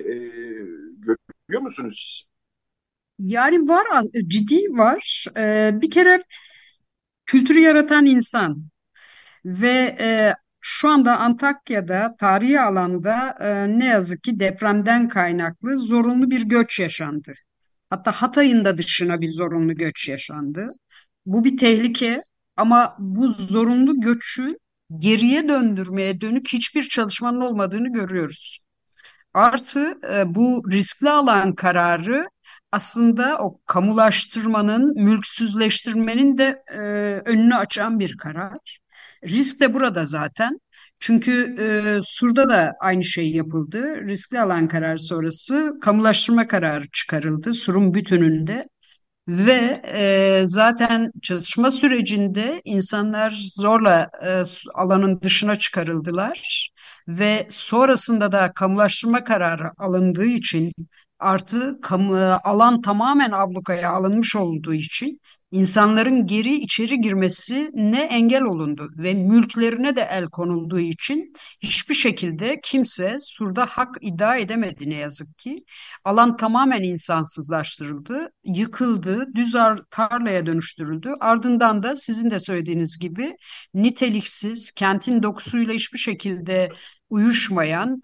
görüyor musunuz siz? Yani var, ciddi var. Bir kere kültürü yaratan insan. Ve şu anda Antakya'da tarihi alanda ne yazık ki depremden kaynaklı zorunlu bir göç yaşandı. Hatta Hatay'ın da dışına bir zorunlu göç yaşandı. Bu bir tehlike ama bu zorunlu göçü geriye döndürmeye dönük hiçbir çalışmanın olmadığını görüyoruz. Artı bu riskli alan kararı aslında o kamulaştırmanın, mülksüzleştirmenin de önünü açan bir karar. Risk de burada zaten. Çünkü Sur'da da aynı şey yapıldı. Riskli alan kararı sonrası kamulaştırma kararı çıkarıldı Sur'un bütününde. Ve zaten çatışma sürecinde insanlar zorla alanın dışına çıkarıldılar ve sonrasında da kamulaştırma kararı alındığı için artı alan tamamen ablukaya alınmış olduğu için insanların geri içeri girmesine engel olundu ve mülklerine de el konulduğu için hiçbir şekilde kimse Sur'da hak iddia edemedi ne yazık ki. Alan tamamen insansızlaştırıldı, yıkıldı, tarlaya dönüştürüldü. Ardından da sizin de söylediğiniz gibi niteliksiz, kentin dokusuyla hiçbir şekilde uyuşmayan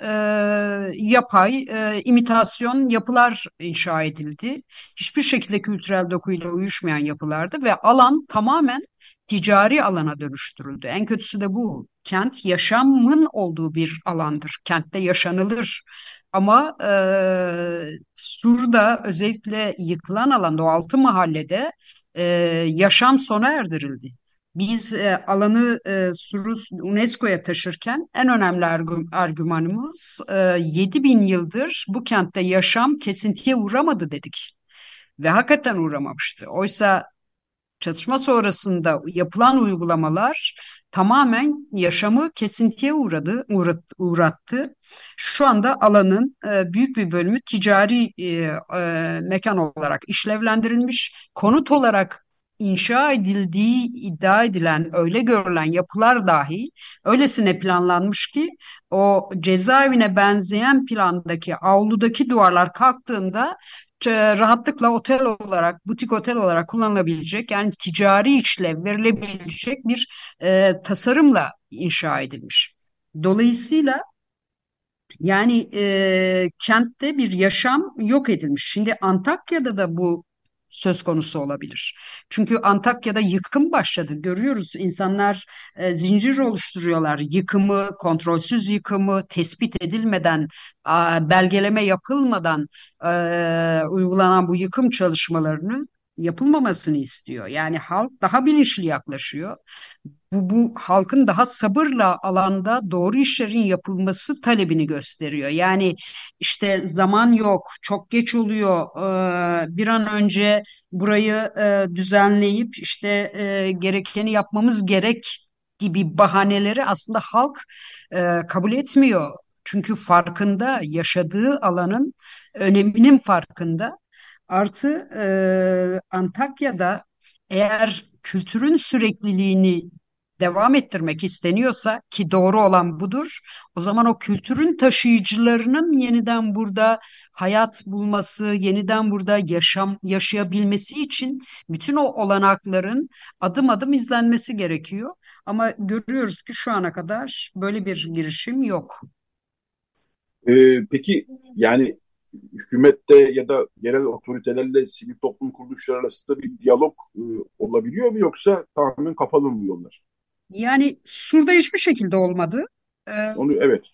yapay, imitasyon yapılar inşa edildi. Hiçbir şekilde kültürel dokuyla uyuşmayan yapılardı ve alan tamamen ticari alana dönüştürüldü. En kötüsü de bu. Kent yaşamın olduğu bir alandır. Kentte yaşanılır. Ama Sur'da özellikle yıkılan alanda o 6 mahallede e, yaşam sona erdirildi. Biz alanı Sur'u UNESCO'ya taşırken en önemli argümanımız 7.000 yıldır bu kentte yaşam kesintiye uğramadı dedik. Ve hakikaten uğramamıştı. Oysa çatışma sonrasında yapılan uygulamalar tamamen yaşamı kesintiye uğrattı. Şu anda alanın büyük bir bölümü ticari mekan olarak işlevlendirilmiş, konut olarak inşa edildiği iddia edilen, öyle görülen yapılar dahi öylesine planlanmış ki o cezaevine benzeyen plandaki avludaki duvarlar kalktığında rahatlıkla otel olarak, butik otel olarak kullanılabilecek, yani ticari işlev verilebilecek bir tasarımla inşa edilmiş. Dolayısıyla yani kentte bir yaşam yok edilmiş. Şimdi Antakya'da da bu söz konusu olabilir. Çünkü Antakya'da yıkım başladı. Görüyoruz, insanlar zincir oluşturuyorlar. Yıkımı, kontrolsüz yıkımı tespit edilmeden, belgeleme yapılmadan uygulanan bu yıkım çalışmalarını yapılmamasını istiyor. Yani halk daha bilinçli yaklaşıyor. Bu halkın daha sabırla alanda doğru işlerin yapılması talebini gösteriyor. Yani işte zaman yok, çok geç oluyor, bir an önce burayı düzenleyip işte gerekeni yapmamız gerek gibi bahaneleri aslında halk kabul etmiyor. Çünkü farkında, yaşadığı alanın öneminin farkında. Artı Antakya'da eğer kültürün sürekliliğini devam ettirmek isteniyorsa, ki doğru olan budur, o zaman o kültürün taşıyıcılarının yeniden burada hayat bulması, yeniden burada yaşayabilmesi için bütün o olanakların adım adım izlenmesi gerekiyor. Ama görüyoruz ki şu ana kadar böyle bir girişim yok. Peki yani hükümette ya da yerel otoritelerle sivil toplum kuruluşları arasında bir diyalog olabiliyor mu, yoksa tamamen kapalı mı yollar? Yani Sur'da hiçbir şekilde olmadı. Ee, Onu evet.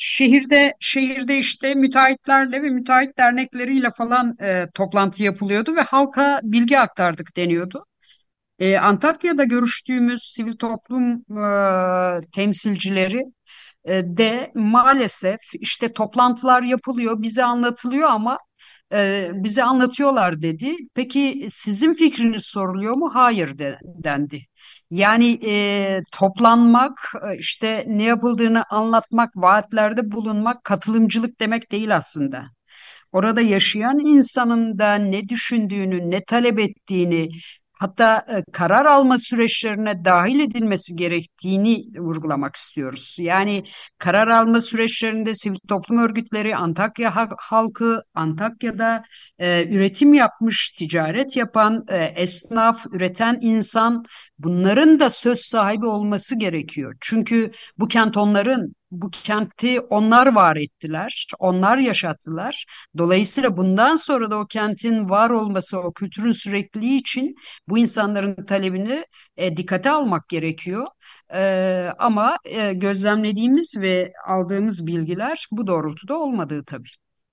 şehirde işte müteahhitlerle ve müteahhit dernekleriyle falan toplantı yapılıyordu ve halka bilgi aktardık deniyordu. Antakya'da görüştüğümüz sivil toplum temsilcileri de maalesef işte toplantılar yapılıyor, bize anlatılıyor ama bize anlatıyorlar dedi. Peki sizin fikriniz soruluyor mu? Hayır dendi. Yani toplanmak, işte ne yapıldığını anlatmak, vaatlerde bulunmak katılımcılık demek değil aslında. Orada yaşayan insanın da ne düşündüğünü, ne talep ettiğini, hatta karar alma süreçlerine dahil edilmesi gerektiğini vurgulamak istiyoruz. Yani karar alma süreçlerinde sivil toplum örgütleri, Antakya halkı, Antakya'da üretim yapmış, ticaret yapan esnaf, üreten insan, bunların da söz sahibi olması gerekiyor. Çünkü bu kent onların. Bu kenti onlar var ettiler, onlar yaşattılar. Dolayısıyla bundan sonra da o kentin var olması, o kültürün sürekliliği için bu insanların talebini dikkate almak gerekiyor. Ama gözlemlediğimiz ve aldığımız bilgiler bu doğrultuda olmadığı tabii.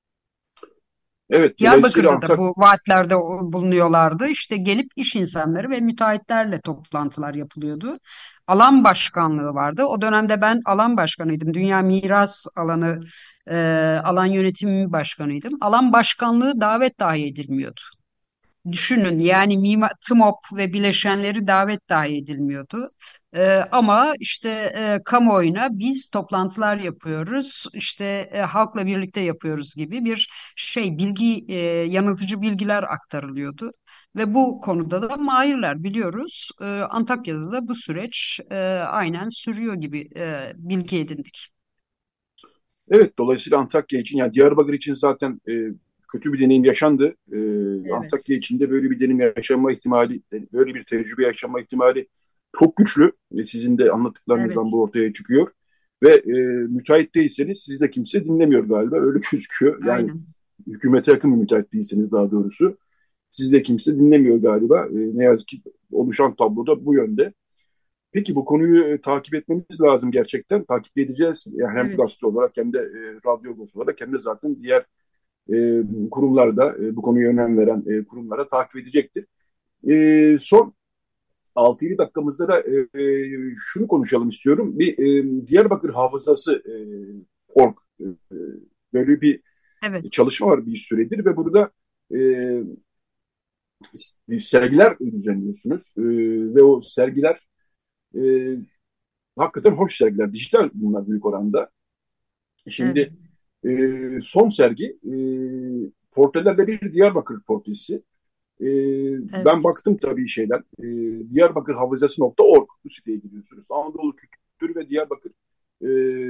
Evet, dolayısıyla Diyarbakır'da da Antak bu vaatlerde bulunuyorlardı. İşte gelip iş insanları ve müteahhitlerle toplantılar yapılıyordu. Alan başkanlığı vardı. O dönemde ben alan başkanıydım. Dünya Miras Alanı alan yönetimi başkanıydım. Alan başkanlığı davet dahi edilmiyordu. Düşünün, yani TMOP ve bileşenleri davet dahi edilmiyordu. Ama işte kamuoyuna biz toplantılar yapıyoruz, işte halkla birlikte yapıyoruz gibi bir yanıltıcı bilgiler aktarılıyordu. Ve bu konuda da mahirler, biliyoruz. Antakya'da da bu süreç aynen sürüyor gibi bilgi edindik. evet, dolayısıyla Antakya için, yani Diyarbakır için zaten kötü bir deneyim yaşandı. Evet, Antakya için de böyle bir deneyim yaşanma ihtimali, böyle bir tecrübe yaşanma ihtimali çok güçlü. Sizin de anlattıklarınızdan evet, bu ortaya çıkıyor. Ve müteahhit değilseniz sizi de kimse dinlemiyor galiba. Öyle gözüküyor. Yani aynen. hükümete yakın bir müteahhit değilseniz, daha doğrusu. Sizi de kimse dinlemiyor galiba. Ne yazık ki oluşan tablo da bu yönde. Peki bu konuyu takip etmemiz lazım gerçekten. Takip edeceğiz. Yani hem Evet, gazete olarak hem de radyo Agos olarak hem de zaten diğer kurumlarda bu konuya önem veren kurumlara takip edecektir. Son 6-7 dakikamızda da şunu konuşalım istiyorum. Bir Diyarbakır Hafızası org böyle bir evet, çalışma var bir süredir ve burada e, sergiler düzenliyorsunuz. Ve o sergiler e, hakikaten hoş sergiler. Dijital bunlar büyük oranda. evet, Şimdi son sergi portrelerle bir Diyarbakır portresi. E, Ben evet. baktım tabii şeyden. Diyarbakırhafızası.org bu siteye giriyorsunuz. Anadolu Kültür ve Diyarbakır e,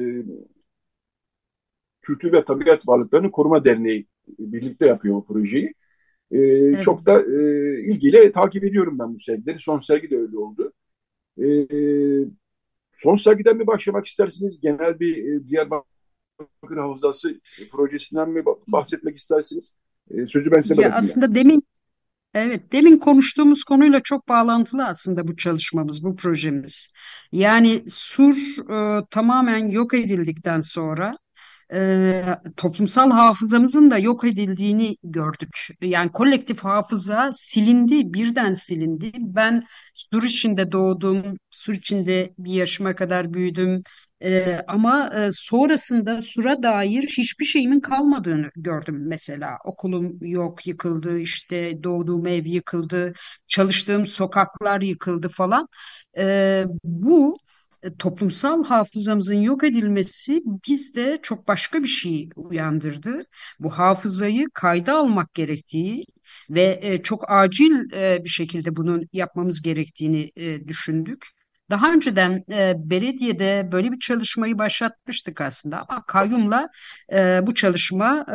Kültür ve Tabiat Varlıklarını Koruma Derneği birlikte yapıyor bu projeyi. Çok Evet. da ilgiyle takip ediyorum ben bu sergileri. Son sergi de öyle oldu. E, Son sergiden mi başlamak istersiniz? Genel bir Diyarbakır Havzası projesinden mi bahsetmek istersiniz? Sözü ben size Ya bırakayım yani. aslında demin konuştuğumuz konuyla çok bağlantılı aslında bu çalışmamız, bu projemiz. Yani Sur tamamen yok edildikten sonra toplumsal hafızamızın da yok edildiğini gördük. Yani kolektif hafıza silindi, birden silindi. Ben Sur içinde doğdum, Sur içinde bir yaşıma kadar büyüdüm. Ama sonrasında Sur'a dair hiçbir şeyimin kalmadığını gördüm mesela. Okulum yok, yıkıldı, işte doğduğum ev yıkıldı, çalıştığım sokaklar yıkıldı falan. Bu toplumsal hafızamızın yok edilmesi bizde çok başka bir şey uyandırdı. Bu hafızayı kayda almak gerektiği ve çok acil bir şekilde bunu yapmamız gerektiğini düşündük. Daha önceden belediyede böyle bir çalışmayı başlatmıştık aslında ama kayyumla bu çalışma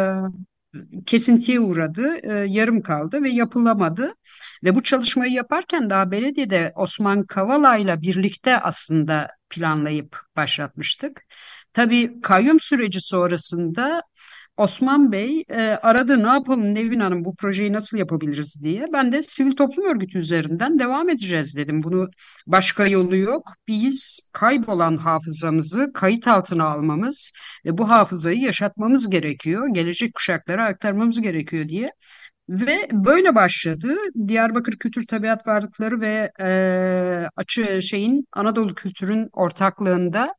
kesintiye uğradı, yarım kaldı ve yapılamadı. Ve bu çalışmayı yaparken daha belediyede Osman Kavala'yla birlikte aslında planlayıp başlatmıştık. Tabii kayyum süreci sonrasında Osman Bey aradı, ne yapalım Nevin Hanım, bu projeyi nasıl yapabiliriz diye. Ben de sivil toplum örgütü üzerinden devam edeceğiz dedim. Bunu başka yolu yok. Biz kaybolan hafızamızı kayıt altına almamız ve bu hafızayı yaşatmamız gerekiyor. Gelecek kuşaklara aktarmamız gerekiyor diye. Ve böyle başladı. Diyarbakır Kültür Tabiat Varlıkları ve açı şeyin Anadolu Kültür'ün ortaklığında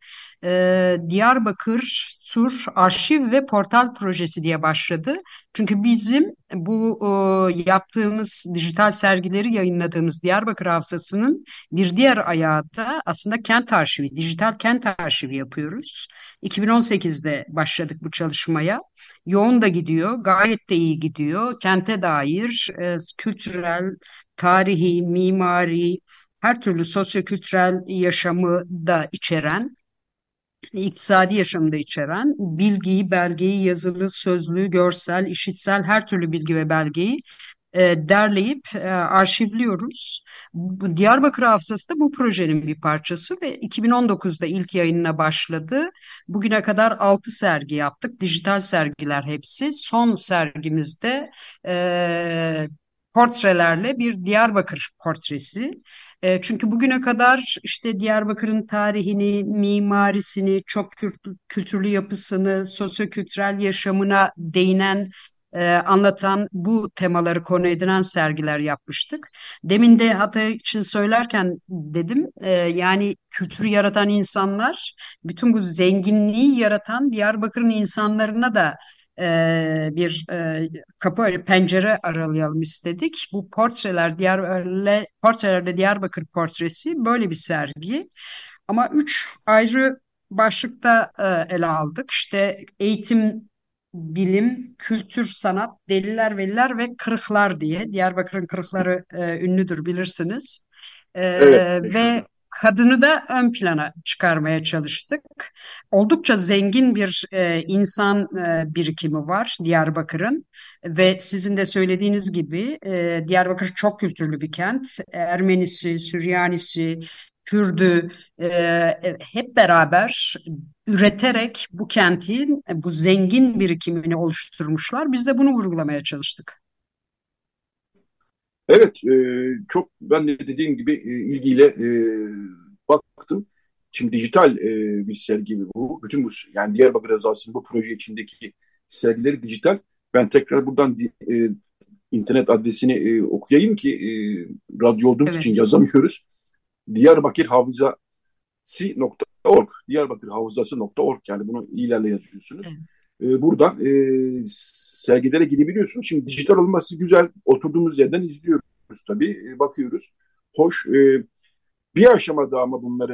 Diyarbakır Sur Arşiv ve Portal Projesi diye başladı. Çünkü bizim bu yaptığımız dijital sergileri yayınladığımız Diyarbakır Hafızası'nın bir diğer ayağı da aslında kent arşivi, dijital kent arşivi yapıyoruz. 2018'de başladık bu çalışmaya. Yoğun da gidiyor, gayet de iyi gidiyor. Kente dair kültürel, tarihi, mimari, her türlü sosyokültürel yaşamı da içeren, iktisadi yaşamı da içeren bilgiyi, belgeyi, yazılı, sözlü, görsel, işitsel her türlü bilgi ve belgeyi derleyip arşivliyoruz. Bu, Diyarbakır Hafızası da bu projenin bir parçası ve 2019'da ilk yayınına başladı. Bugüne kadar 6 sergi yaptık. Dijital sergiler hepsi. Son sergimizde portrelerle bir Diyarbakır portresi. Çünkü bugüne kadar işte Diyarbakır'ın tarihini, mimarisini, çok kültürlü yapısını, sosyokültürel yaşamına değinen anlatan bu temaları konu edinen sergiler yapmıştık. Demin de Hatay için söylerken dedim yani kültürü yaratan insanlar bütün bu zenginliği yaratan Diyarbakır'ın insanlarına da bir kapı pencere aralayalım istedik. Bu portrelerde Diyarbakır portresi böyle bir sergi. Ama üç ayrı başlıkta ele aldık. İşte eğitim, bilim, kültür, sanat, deliler, veliler ve kırıklar diye. Diyarbakır'ın kırıkları ünlüdür bilirsiniz. Evet, Ve meşhurdur. kadını da ön plana çıkarmaya çalıştık. Oldukça zengin bir insan birikimi var Diyarbakır'ın ve sizin de söylediğiniz gibi Diyarbakır çok kültürlü bir kent. Ermenisi, Süryanisi, Kürdü hep beraber üreterek bu kentin bu zengin birikimini oluşturmuşlar. Biz de bunu vurgulamaya çalıştık. Evet, çok ben de dediğim gibi ilgiyle baktım. Şimdi dijital bir sergi bu. Bütün bu yani Diyarbakır Havzası'nın bu proje içindeki sergileri dijital. Ben tekrar buradan internet adresini okuyayım ki radyo olduğumuz için Evet. yazamıyoruz. Diyarbakırhavzası.org Diyarbakırhavzası.org yani bunu ilerle yazıyorsunuz. Evet. Buradan sergilere gidebiliyorsunuz. Şimdi dijital olması güzel. Oturduğumuz yerden izliyoruz tabii. Bakıyoruz. Hoş. Bir aşamada ama bunları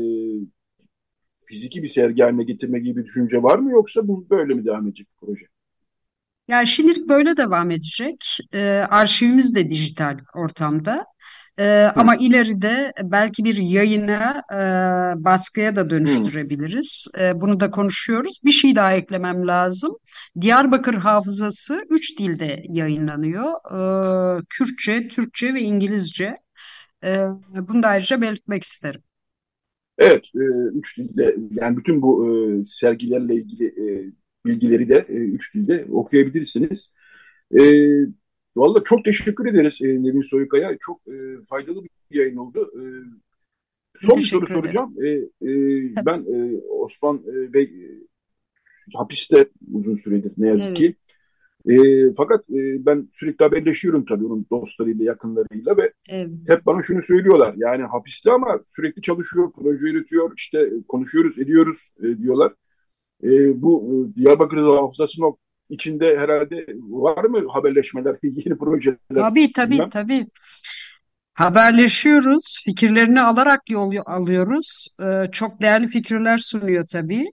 fiziki bir sergi haline getirme gibi bir düşünce var mı yoksa bu böyle mi devam edecek bu proje? Yani şimdilik böyle devam edecek. Arşivimiz de dijital ortamda. Hı, Ama ileride belki bir yayına, baskıya da hı. dönüştürebiliriz. Bunu da konuşuyoruz. Bir şey daha eklemem lazım. Diyarbakır Hafızası 3 dilde yayınlanıyor. Kürtçe, Türkçe ve İngilizce. Bunu da ayrıca belirtmek isterim. Evet, üç dilde yani bütün bu sergilerle ilgili bilgileri de üç dilde okuyabilirsiniz. E, Vallahi çok teşekkür ederiz Nevin Soykaya. Çok faydalı bir yayın oldu. Son bir soru Teşekkür ederim. soracağım. Tabii. Ben Osman Bey hapiste uzun süredir ne yazık Evet, ki. Fakat ben sürekli haberleşiyorum tabii onun dostlarıyla, yakınlarıyla ve evet. hep bana şunu söylüyorlar. Yani hapiste ama sürekli çalışıyor, proje üretiyor, işte konuşuyoruz, ediyoruz diyorlar. Bu Diyarbakır Hafızası'nın içinde herhalde var mı haberleşmeler, yeni projeler Tabii, tabii, bilmem. tabii. Haberleşiyoruz, fikirlerini alarak yol alıyoruz. Çok değerli fikirler sunuyor tabii.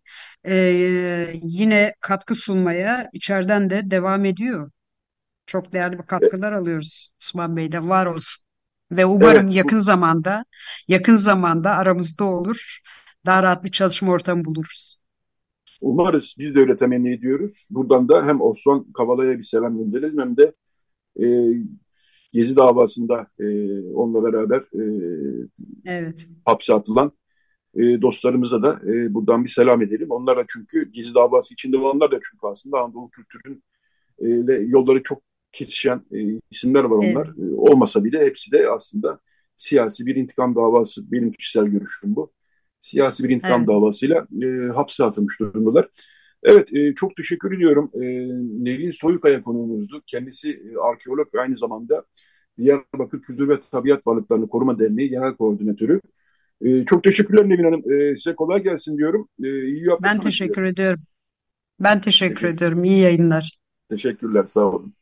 Yine katkı sunmaya içeriden de devam ediyor. Çok değerli bir E, katkılar alıyoruz. Osman Bey de var olsun. Ve umarım evet, yakın zamanda aramızda olur. Daha rahat bir çalışma ortamı buluruz. umarız biz de öyle temenni ediyoruz. Buradan da hem Osman Kavala'ya bir selam gönderelim hem de e, Gezi davasında onunla beraber Evet, hapse atılan dostlarımıza da buradan bir selam edelim. Onlar da çünkü Gezi davası içinde olanlar da çünkü aslında Anadolu kültürün ve yolları çok kesişen isimler var onlar. evet, Olmasa bile hepsi de aslında siyasi bir intikam davası. Benim kişisel görüşüm bu. Siyasi bir intikam evet. davasıyla hapse atılmış durumdalar. Evet, çok teşekkür ediyorum. Nevin Soykaya konuğumuzdu. Kendisi arkeolog ve aynı zamanda Diyarbakır Kültür ve Tabiat Varlıklarını Koruma Derneği Genel Koordinatörü. Çok teşekkürler Nevin Hanım. Size kolay gelsin diyorum. İyi hafta Ben sonu teşekkür diliyorum. ediyorum. Ben teşekkür Teşekkür, ediyorum. İyi yayınlar. teşekkürler, sağ olun.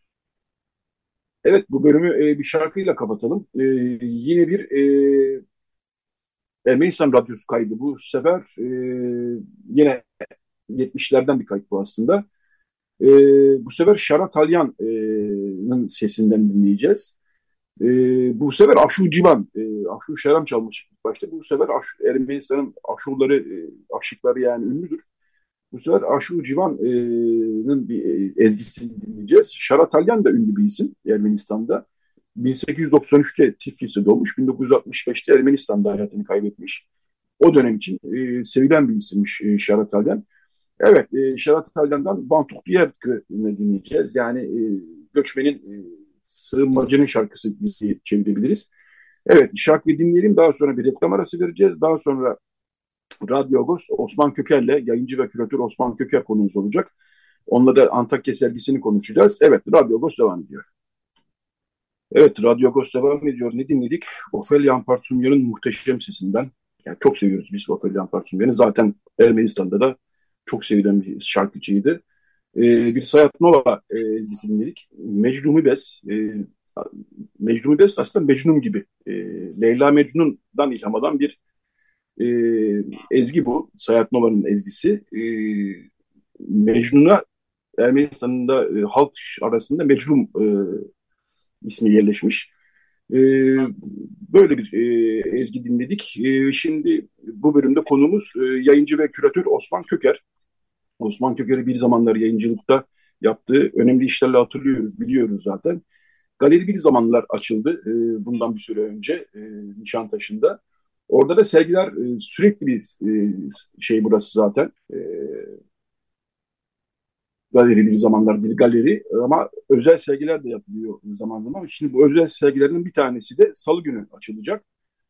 Evet, bu bölümü bir şarkıyla kapatalım. Yine bir Ermenistan radyosu kaydı bu sefer. Yine 70'lerden bir kayıt bu aslında. E, Bu sefer Şara Talyan'ın sesinden dinleyeceğiz. Bu sefer Aşu Civan, Aşu Şeram çalmış ilk başta. Bu sefer Ermenistan'ın Aşuları, aşıkları yani ünlüdür. Bu sefer Aşu Civan'ın bir ezgisini dinleyeceğiz. Şaratalyan da ünlü bir isim Ermenistan'da. 1893'te Tiflis'te doğmuş, 1965'te Ermenistan'da hayatını kaybetmiş. O dönem için sevilen bir isimmiş Şaratalyan. Evet, Şaratalyan'dan Bantuk Diyerkı'nı dinleyeceğiz. Yani göçmenin, sığınmacının şarkısı diye çevirebiliriz. Evet, şarkıyı dinleyelim. Daha sonra bir reklam arası vereceğiz. Daha sonra Radyo Agos Osman Köker'le yayıncı ve küratör Osman Köker konuğumuz olacak. Onunla da Antakya sergisini konuşacağız. Evet, Radyo Agos devam ediyor. Evet, Radyo Agos devam ediyor. Ne dinledik? Ofelia Ampartsumyan'ın muhteşem sesinden. Yani çok seviyoruz biz Ofelia Ampartsumyan'ı. Zaten Ermenistan'da da çok sevilen bir şarkıcıydı. Bir Sayat Nova ezgisi dinledik. Mecnun Bes. Mecnun Bes aslında Mecnun gibi. Leyla Mecnun'dan ilham alan bir e, ezgi bu. Sayat Nova'nın ezgisi. Mecnun'a Ermenistan'ın da halk arasında Mecnun ismi yerleşmiş. E, Böyle bir ezgi dinledik. Şimdi bu bölümde konumuz yayıncı ve küratör Osman Köker. Osman Köker'i bir zamanlar yayıncılıkta yaptığı önemli işlerle hatırlıyoruz, biliyoruz zaten. Galeri bir zamanlar açıldı bundan bir süre önce Nişantaşı'nda. Orada da sergiler sürekli bir şey burası zaten. Galeri bir zamanlar bir galeri ama özel sergiler de yapılıyor zaman zaman. Şimdi bu özel sergilerin bir tanesi de Salı günü açılacak.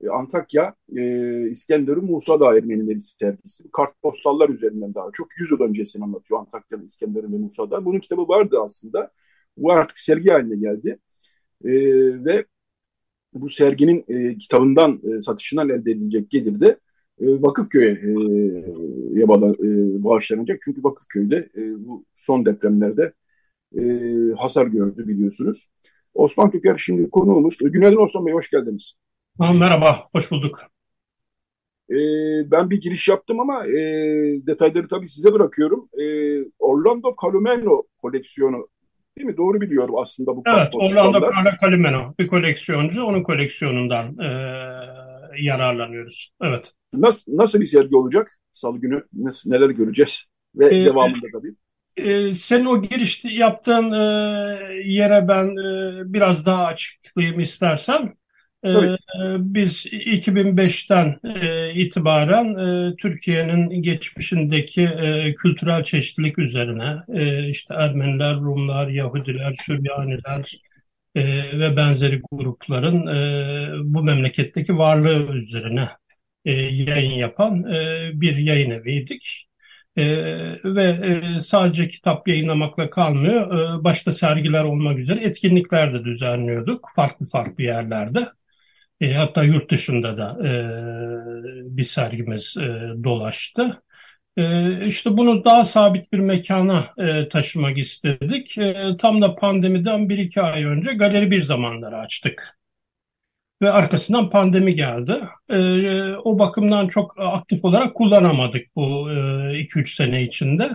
Antakya İskenderun Musa Dağı Ermenileri sergisi. Kartpostallar üzerinden daha çok 100 yıl öncesini anlatıyor Antakya'nın İskenderun ve Musa Dağı. Bunun kitabı vardı aslında. Bu artık sergi haline geldi. Ve bu serginin kitabından satışından elde edilecek gelir de Vakıfköy'e bağışlanacak. Çünkü Vakıfköy'de bu son depremlerde hasar gördü biliyorsunuz. Osman Köker şimdi konuğumuz. Günaydın Osman Bey, hoş geldiniz. Merhaba, hoş bulduk. E, Ben bir giriş yaptım ama detayları tabii size bırakıyorum. Orlando Calumeno koleksiyonu değil mi? Doğru biliyorum aslında bu Evet, Orlando kartpostallar. Calimeno bir koleksiyoncu, onun koleksiyonundan yararlanıyoruz. Evet. Nasıl bir sergi olacak? Salı günü neler göreceğiz? Ve E, devamında tabii. Senin o giriş yaptığın yere ben biraz daha açıklayayım istersen. Tabii. Biz 2005'ten itibaren Türkiye'nin geçmişindeki kültürel çeşitlilik üzerine işte Ermeniler, Rumlar, Yahudiler, Süryaniler ve benzeri grupların bu memleketteki varlığı üzerine yayın yapan bir yayın eviydik. Ve sadece kitap yayınlamakla kalmıyor. Başta sergiler olmak üzere etkinlikler de düzenliyorduk farklı farklı yerlerde. Hatta yurt dışında da bir sergimiz dolaştı. İşte bunu daha sabit bir mekana taşımak istedik. Tam da pandemiden bir iki ay önce Galeri Bir Zamanları açtık. Ve arkasından pandemi geldi. O bakımdan çok aktif olarak kullanamadık bu 2-3 sene içinde.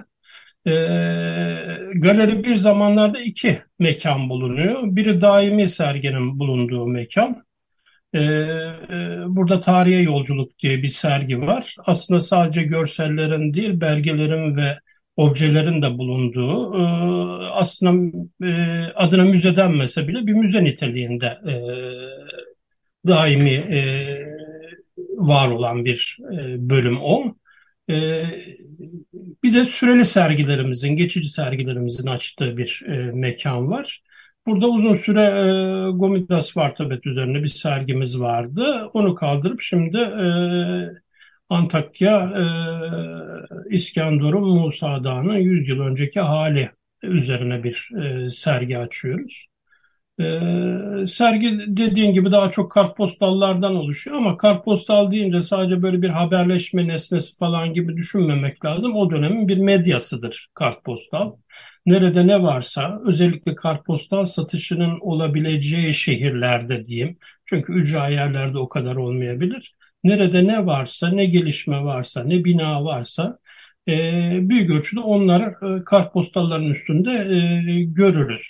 Galeri Bir Zamanlarda iki mekan bulunuyor. Biri daimi serginin bulunduğu mekan. Burada Tarihe Yolculuk diye bir sergi var. Aslında sadece görsellerin değil, belgelerin ve objelerin de bulunduğu, aslında adına müze denmese bile bir müze niteliğinde daimi var olan bir bölüm o. E, Bir de süreli sergilerimizin, geçici sergilerimizin açtığı bir mekan var. Burada uzun süre Gomidas Vartabet üzerine bir sergimiz vardı. Onu kaldırıp şimdi Antakya İskenderun Musa Dağı'nın 100 yıl önceki hali üzerine bir sergi açıyoruz. Sergi dediğin gibi daha çok kartpostallardan oluşuyor ama kartpostal deyince sadece böyle bir haberleşme nesnesi falan gibi düşünmemek lazım. O dönemin bir medyasıdır kartpostal. Nerede ne varsa özellikle kartpostal satışının olabileceği şehirlerde diyeyim. Çünkü ücra yerlerde o kadar olmayabilir. Nerede ne varsa, ne gelişme varsa, ne bina varsa büyük ölçüde onları kartpostalların üstünde görürüz.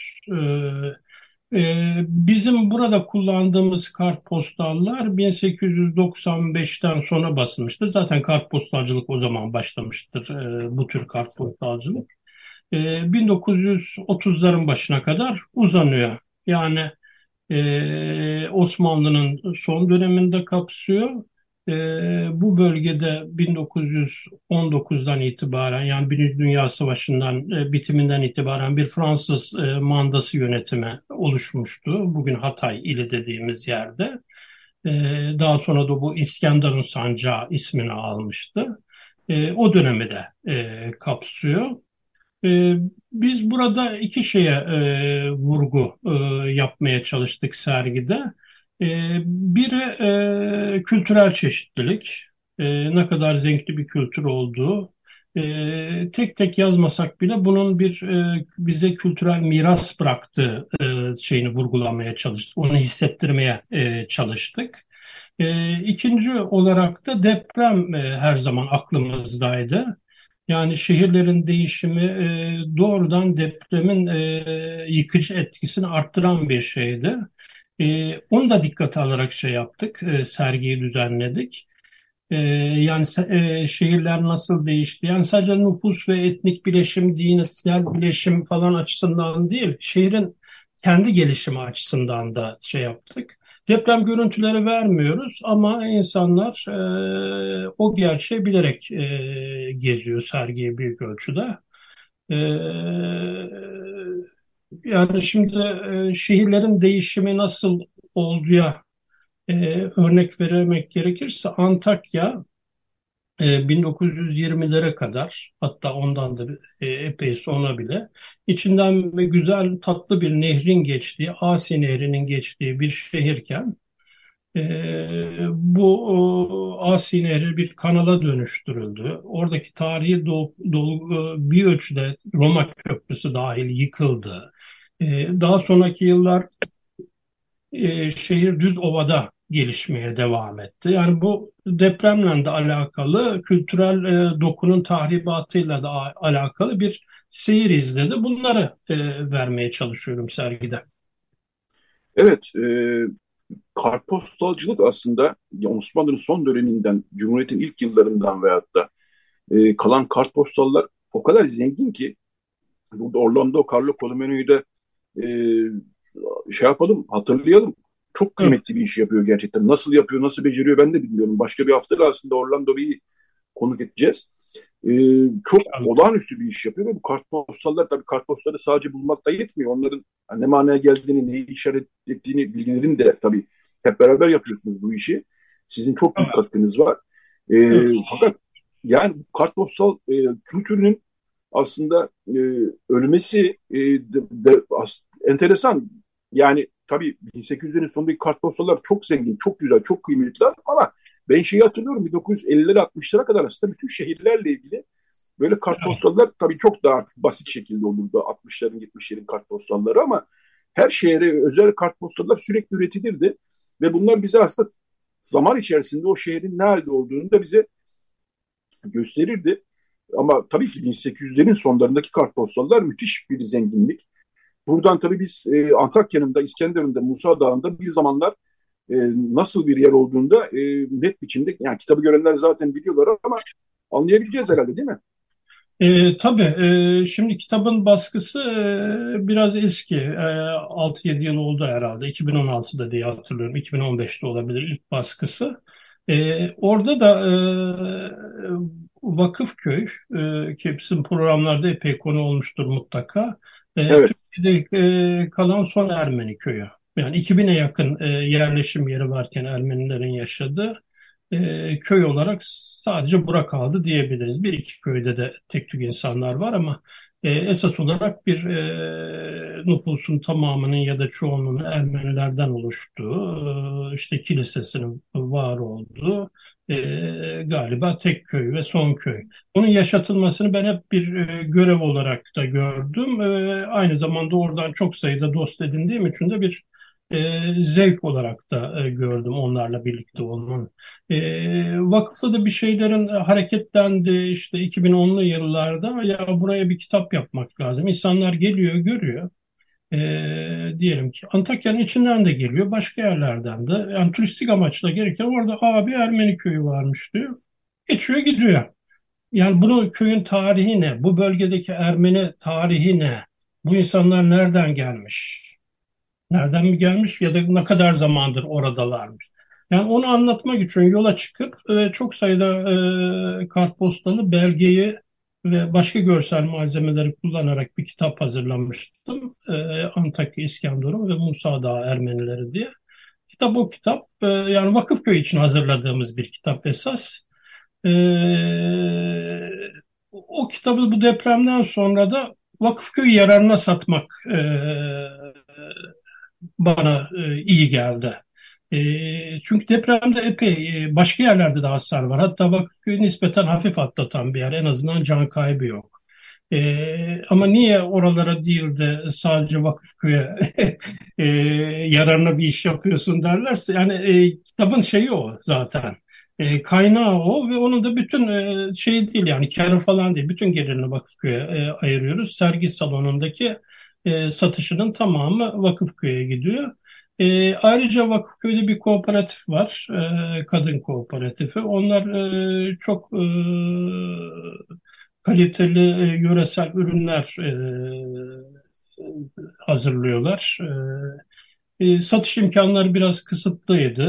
Bizim burada kullandığımız kartpostallar 1895'ten sonra basılmıştır. Zaten kartpostalcılık o zaman başlamıştır, bu tür kartpostalcılık. 1930'ların başına kadar uzanıyor. Yani Osmanlı'nın son döneminde kapsıyor. Bu bölgede 1919'dan itibaren yani Birinci Dünya Savaşı'ndan bitiminden itibaren bir Fransız mandası yönetimi oluşmuştu. Bugün Hatay ili dediğimiz yerde. E, Daha sonra da bu İskenderun Sancağı ismini almıştı. O dönemi de kapsıyor. Ee, Biz burada iki şeye vurgu yapmaya çalıştık sergide. Biri kültürel çeşitlilik, ne kadar zengin bir kültür olduğu. Tek tek yazmasak bile bunun bir bize kültürel miras bıraktığı şeyini vurgulamaya çalıştık, onu hissettirmeye çalıştık. İkinci olarak da deprem her zaman aklımızdaydı. Yani şehirlerin değişimi doğrudan depremin yıkıcı etkisini arttıran bir şeydi. Onu da dikkate alarak şey yaptık, sergiyi düzenledik. Yani şehirler nasıl değişti? Yani sadece nüfus ve etnik bileşim, dinsel bileşim falan açısından değil, şehrin kendi gelişimi açısından da şey yaptık. Deprem görüntüleri vermiyoruz ama insanlar o gerçeği bilerek geziyor sergiyi büyük ölçüde. E, Yani şimdi şehirlerin değişimi nasıl olduya Örnek vermek gerekirse Antakya 1920'lere kadar, hatta ondan da epey sonra bile, içinden güzel tatlı bir nehrin geçtiği, Asi Nehri'nin geçtiği bir şehirken bu Asi Nehri bir kanala dönüştürüldü. Oradaki tarihi dolgu bir ölçüde Roma Köprüsü dahil yıkıldı. Daha sonraki yıllar şehir düz ovada gelişmeye devam etti. Yani bu depremle de alakalı, kültürel dokunun tahribatıyla da alakalı bir seyir izledi. Bunları vermeye çalışıyorum sergide. Evet, kartpostalcılık aslında Osmanlı'nın son döneminden, Cumhuriyet'in ilk yıllarından veyahut da kalan kartpostallar o kadar zengin ki burada Orlando Carlo Colomeno'yu da e, şey yapalım, hatırlayalım. Çok Evet. kıymetli bir iş yapıyor gerçekten. Nasıl yapıyor, nasıl beceriyor ben de bilmiyorum. Başka bir hafta da aslında Orlando Bey'i konuk edeceğiz. Çok olağanüstü bir iş yapıyor ve bu kartpostallar, tabii kartpostalları sadece bulmakla yetmiyor. Onların ne manaya geldiğini, neyi işaret ettiğini bilgilerini de tabii hep beraber yapıyorsunuz bu işi. Sizin çok büyük katkınız var. Evet. Fakat yani kartpostal kültürünün aslında ölmesi enteresan. Yani tabii 1800'lerin sonundaki kartpostallar çok zengin, çok güzel, çok kıymetli ama ben şeyi hatırlıyorum 1950'lere 60'lara kadar aslında bütün şehirlerle ilgili böyle kartpostallar tabii çok daha artık basit şekilde olurdu 60'ların 70'lerin kartpostalları ama her şehre özel kartpostallar sürekli üretilirdi ve bunlar bize aslında zaman içerisinde o şehrin nerede olduğunu da bize gösterirdi. Ama tabii ki 1800'lerin sonlarındaki kartpostallar müthiş bir zenginlik. Buradan tabii biz Antakya'nın da İskenderun'da Musa Dağı'nda bir zamanlar nasıl bir yer olduğunda net biçimde yani kitabı görenler zaten biliyorlar ama anlayabileceğiz herhalde değil mi? Tabii, şimdi kitabın baskısı biraz eski. 6-7 yıl oldu herhalde. 2016'da diye hatırlıyorum. 2015'te olabilir ilk baskısı. Orada da Vakıfköy, ki bizim programlarda epey konu olmuştur mutlaka. Evet. Türkiye'de kalan son Ermeni köyü. Yani 2000'e yakın yerleşim yeri varken Ermenilerin yaşadığı köy olarak sadece bura kaldı diyebiliriz. Bir iki köyde de tek tük insanlar var ama esas olarak bir nüfusun tamamının ya da çoğunluğunun Ermenilerden oluştuğu, işte kilisesinin var olduğu galiba tek köy ve son köy. Onun yaşatılmasını ben hep bir görev olarak da gördüm. Aynı zamanda oradan çok sayıda dost edindiğim için de bir zevk olarak da gördüm onlarla birlikte olmanın. Vakıfta da bir şeylerin hareketlendi işte 2010'lu yıllarda, ya buraya bir kitap yapmak lazım. İnsanlar geliyor, görüyor. Diyelim ki Antakya'nın içinden de geliyor, başka yerlerden de. Yani turistik amaçla gelirken orada bir Ermeni köyü varmış diyor. Geçiyor gidiyor. Yani bunu köyün tarihi ne? Bu bölgedeki Ermeni tarihi ne? Bu insanlar nereden gelmiş? Nereden mi gelmiş ya da ne kadar zamandır oradalarmış. Yani onu anlatmak için yola çıkıp çok sayıda kartpostalı belgeyi ve başka görsel malzemeleri kullanarak bir kitap hazırlamıştım. Antakya, İskenderun ve Musa Dağı Ermenileri diye. O kitap yani Vakıfköy için hazırladığımız bir kitap esas. E, O kitabı bu depremden sonra da Vakıfköy yararına satmak bana iyi geldi. Çünkü depremde epey başka yerlerde de hasar var. Hatta Bakırköy nispeten hafif atlatan bir yer. En azından can kaybı yok. Ama niye oralara değil de sadece Vakıfköy'e yararına bir iş yapıyorsun derlerse yani kitabın şeyi o zaten. Kaynağı o ve onun da bütün şey değil yani karı falan değil. Bütün gelirini Vakıfköy'e ayırıyoruz. Sergi salonundaki satışının tamamı Vakıfköy'e gidiyor. Ayrıca Vakıfköy'de bir kooperatif var, kadın kooperatifi. Onlar çok kaliteli yöresel ürünler hazırlıyorlar. Satış imkanları biraz kısıtlıydı.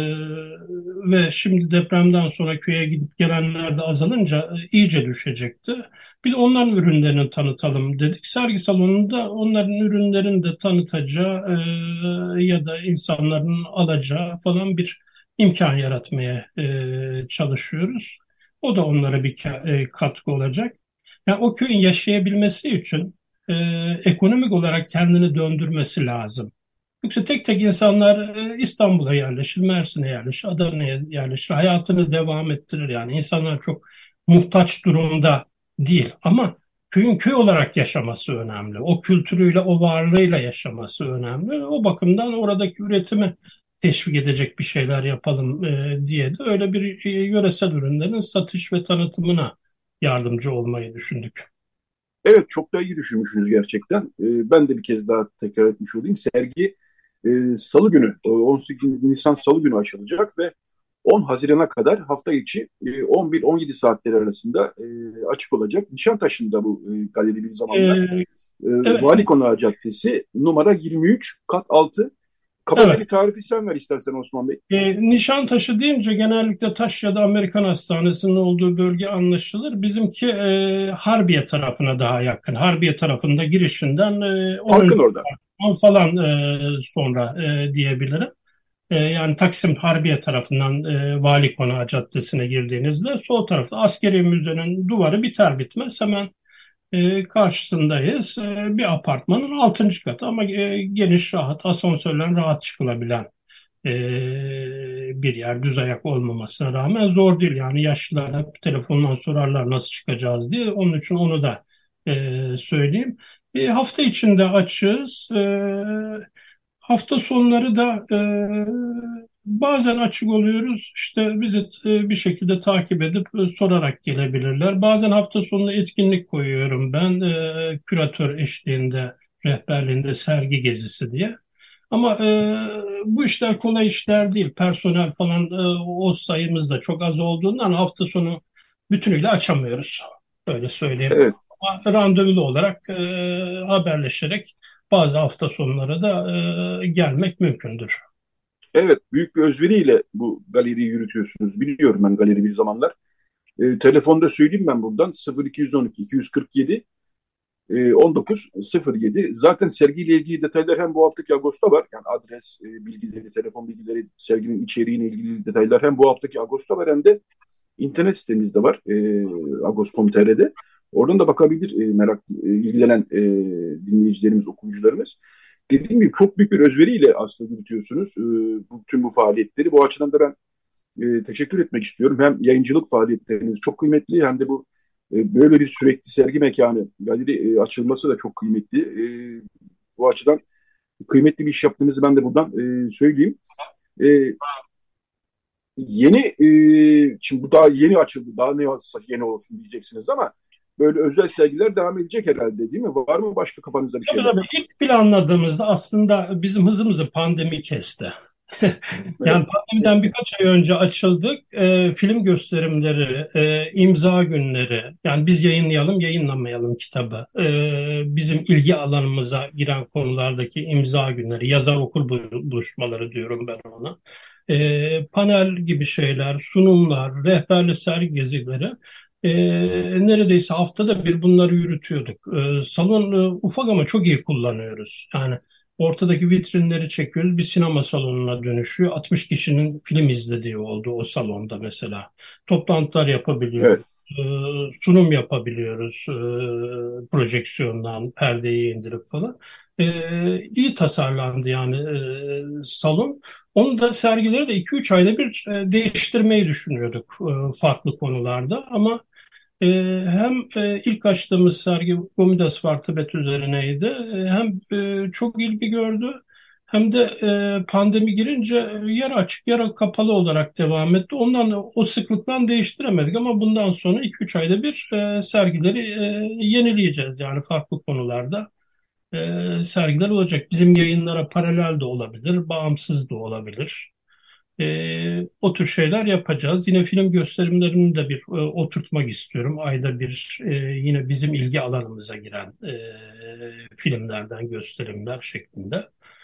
Ve şimdi depremden sonra köye gidip gelenler de azalınca iyice düşecekti. Bir de onların ürünlerini tanıtalım dedik. Sergi salonunda onların ürünlerini de tanıtacağı ya da insanların alacağı falan bir imkan yaratmaya çalışıyoruz. O da onlara bir katkı olacak. Yani o köyün yaşayabilmesi için e, ekonomik olarak kendini döndürmesi lazım. Yoksa tek tek insanlar İstanbul'a yerleşir, Mersin'e yerleşir, Adana'ya yerleşir, hayatını devam ettirir. Yani insanlar çok muhtaç durumda değil. Ama köyün köy olarak yaşaması önemli. O kültürüyle, o varlığıyla yaşaması önemli. O bakımdan oradaki üretimi teşvik edecek bir şeyler yapalım diye de öyle bir yöresel ürünlerin satış ve tanıtımına yardımcı olmayı düşündük. Evet, çok da iyi düşünmüşsünüz gerçekten. Ben de bir kez daha tekrar etmiş olayım. Sergi Salı günü, 18 Nisan Salı günü açılacak ve 10 Haziran'a kadar hafta içi 11-17 saatleri arasında açık olacak. Nişantaşı'nda bu galeri bir zamanlar. E, evet, Vali Konağı Caddesi numara 23 kat 6. Kabaca evet. bir tarifi sen ver istersen Osman Bey. Nişantaşı deyince genellikle Taş ya da Amerikan Hastanesi'nin olduğu bölge anlaşılır. Bizimki Harbiye tarafına daha yakın. Harbiye tarafında girişinden Parkın orada. 10 falan sonra diyebilirim. Yani Taksim Harbiye tarafından Vali Konağı Caddesi'ne girdiğinizde sol tarafta askeri müzenin duvarı biter bitmez hemen karşısındayız. Bir apartmanın 6. katı ama geniş, rahat, asansörle rahat çıkılabilen e, bir yer, düz ayak olmamasına rağmen zor değil. Yani yaşlılar hep telefondan sorarlar nasıl çıkacağız diye. Onun için onu da söyleyeyim. Hafta içinde açığız. Hafta sonları da bazen açık oluyoruz. İşte bizi bir şekilde takip edip sorarak gelebilirler. Bazen hafta sonunda etkinlik koyuyorum ben küratör eşliğinde, rehberliğinde sergi gezisi diye. Ama bu işler kolay işler değil. Personel falan o sayımız da çok az olduğundan hafta sonu bütünüyle açamıyoruz. Öyle söyleyeyim. Evet. Ama randevulu olarak haberleşerek bazı hafta sonları da gelmek mümkündür. Evet, büyük bir özveriyle bu galeriyi yürütüyorsunuz. Biliyorum ben galeri bir zamanlar. Telefonda söyleyeyim ben buradan 0212 247 1907. Zaten sergiyle ilgili detaylar hem bu haftaki Ağustos'ta var. Yani adres bilgileri, telefon bilgileri, serginin içeriğine ilgili detaylar hem bu haftaki Ağustos'ta var hem de internet sitemizde var. Agos.com.tr'de. Oradan da bakabilir ilgilenen dinleyicilerimiz, okuyucularımız. Dediğim gibi çok büyük bir özveriyle aslında yürütüyorsunuz tüm bu faaliyetleri. Bu açıdan da ben teşekkür etmek istiyorum. Hem yayıncılık faaliyetleriniz çok kıymetli hem de bu böyle bir sürekli sergi mekanı, galeri açılması da çok kıymetli. Bu açıdan kıymetli bir iş yaptığınızı ben de buradan söyleyeyim. E, şimdi bu daha yeni açıldı, daha ne olsa yeni olsun diyeceksiniz ama böyle özel sergiler devam edecek herhalde değil mi? Var mı başka kafanızda bir Tabii şeyler? tabii. İlk planladığımızda aslında bizim hızımızı pandemi kesti. Evet. Yani pandemiden birkaç ay önce açıldık. Film gösterimleri, imza günleri. Yani biz yayınlayalım, yayınlamayalım kitabı. Bizim ilgi alanımıza giren konulardaki imza günleri, yazar okur buluşmaları diyorum ben ona. Panel gibi şeyler, sunumlar, rehberli sergi gezileri. Neredeyse haftada bir bunları yürütüyorduk. Salon ufak ama çok iyi kullanıyoruz. Yani ortadaki vitrinleri çekiyoruz. Bir sinema salonuna dönüşüyor. 60 kişinin film izlediği oldu o salonda mesela. Toplantılar yapabiliyoruz. Evet. Sunum yapabiliyoruz. Projeksiyondan perdeyi indirip falan. İyi tasarlandı yani salon. Onu da sergileri de 2-3 ayda bir değiştirmeyi düşünüyorduk farklı konularda. Ama hem ilk açtığımız sergi Gomidas Vartabet üzerineydi. Hem çok ilgi gördü hem de pandemi girince yarı açık yarı kapalı olarak devam etti. Ondan o sıklıktan değiştiremedik ama bundan sonra 2-3 ayda bir sergileri yenileyeceğiz. Yani farklı konularda sergiler olacak. Bizim yayınlara paralel de olabilir, bağımsız da olabilir. O tür şeyler yapacağız. Yine film gösterimlerini de bir oturtmak istiyorum. Ayda bir yine bizim ilgi alanımıza giren filmlerden gösterimler şeklinde.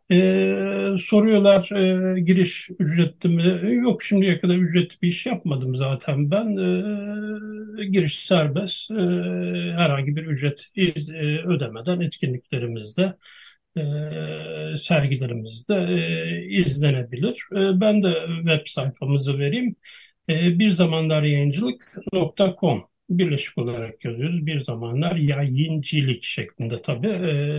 Soruyorlar giriş ücretli mi? Yok, şimdiye kadar ücretli bir iş yapmadım zaten ben. Giriş serbest. Herhangi bir ücret ödemeden etkinliklerimizde, sergilerimizde izlenebilir. Ben de web sayfamızı vereyim. Bir zamanlar yayıncılık.com birleşik olarak yazıyoruz. Bir zamanlar yayıncılık şeklinde tabii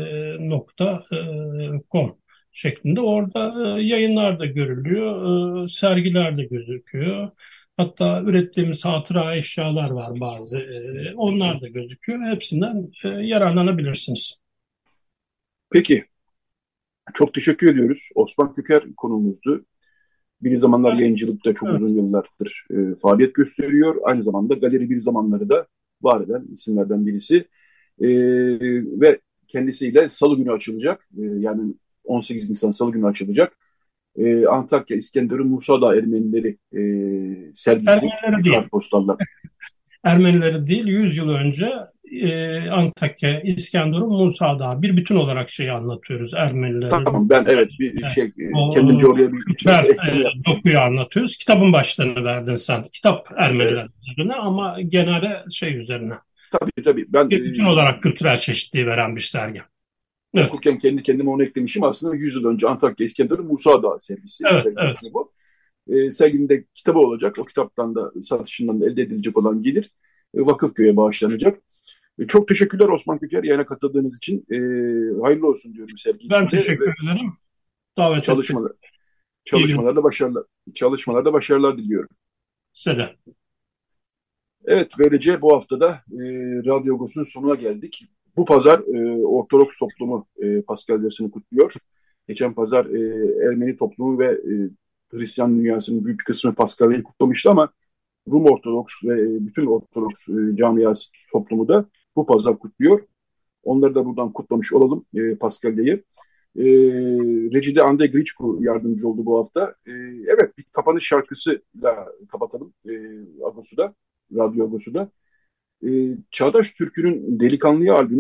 .com şeklinde. Orada yayınlar da görülüyor, sergiler de gözüküyor. Hatta ürettiğimiz hatıra eşyalar var bazı, onlar da gözüküyor. Hepsinden yararlanabilirsiniz. Peki, çok teşekkür ediyoruz. Osman Köker konuğumuzdu. Bir zamanlar yayıncılıkta çok Evet. uzun yıllardır faaliyet gösteriyor. Aynı zamanda galeri bir zamanları da var eden isimlerden birisi. E, Ve kendisiyle Salı günü açılacak. Yani 18 Nisan Salı günü açılacak. Antakya İskenderun Musa Dağı Ermenileri sergisi, Ermenileri değil. kartpostallar. Ermenileri değil, 100 yıl önce Antakya, İskenderun, Musa Dağı bir bütün olarak şeyi anlatıyoruz. Ermenileri, Tamam, ben evet bir o kendimce oraya bir kültürel ekleme yapmışım. dokuyu anlatıyoruz. Kitabın başlığını verdin sen. Kitap Evet, Ermeniler üzerine ama genelde şey üzerine. tabii ben Bir bütün olarak kültürel çeşitliliği veren bir sergi. Evet, okurken kendi kendime onu eklemişim. Aslında 100 yıl önce Antakya İskenderun Musa Dağı evet, sergisi evet. aslında bu. Serginin de kitabı olacak. O kitaptan da satışından da elde edilecek olan gelir Vakıfköy'e bağışlanacak. Çok teşekkürler Osman Köker yayına katıldığınız için. Hayırlı olsun diyorum sergi Ben içinde ve teşekkür ederim. Davet ettik. çalışmalar, İyi gün. çalışmalarda başarılar diliyorum. Size de. Evet, böylece bu haftada Radyo Agos'un sonuna geldik. Bu pazar Ortodoks toplumu Pascal Dersini kutluyor. Geçen pazar Ermeni toplumu ve Hristiyan dünyasının büyük bir kısmı Pascal'ı kutlamıştı ama Rum Ortodoks ve bütün Ortodoks camiası toplumu da bu pazar kutluyor. Onları da buradan kutlamış olalım Paskalya'yı. Recide Ande Griçku yardımcı oldu bu hafta. Evet, bir kapanış şarkısıyla kapatalım Agos'u da, Radyo Agos'u da. Çağdaş Türkü'nün Delikanlıya albümü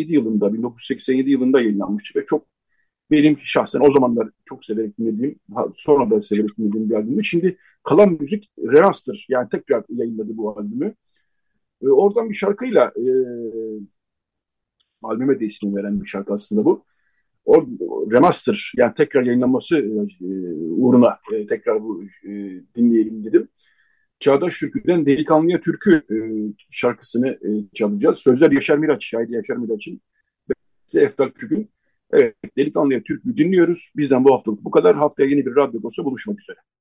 1987 yılında yayınlanmıştı ve çok benim şahsen o zamanlar çok severek dinlediğim, sonra da severek dinlediğim bir albümü. Şimdi Kalan Müzik remaster, yani tekrar yayınladı bu albümü. Oradan bir şarkıyla albüme de ismini veren bir şarkı aslında bu. O remaster, yani tekrar yayınlanması uğruna tekrar bu dinleyelim dedim. Çağdaş Türkü'den Delikanlıya Türkü şarkısını çalacağız. Sözler Yaşar Miraç, şair Yaşar Miraç'ın ve Eftal Küçük'ün. Evet, Delikanlıya Türkü dinliyoruz. Bizden bu haftalık bu kadar. Haftaya yeni bir Radyo Agos'ta buluşmak üzere.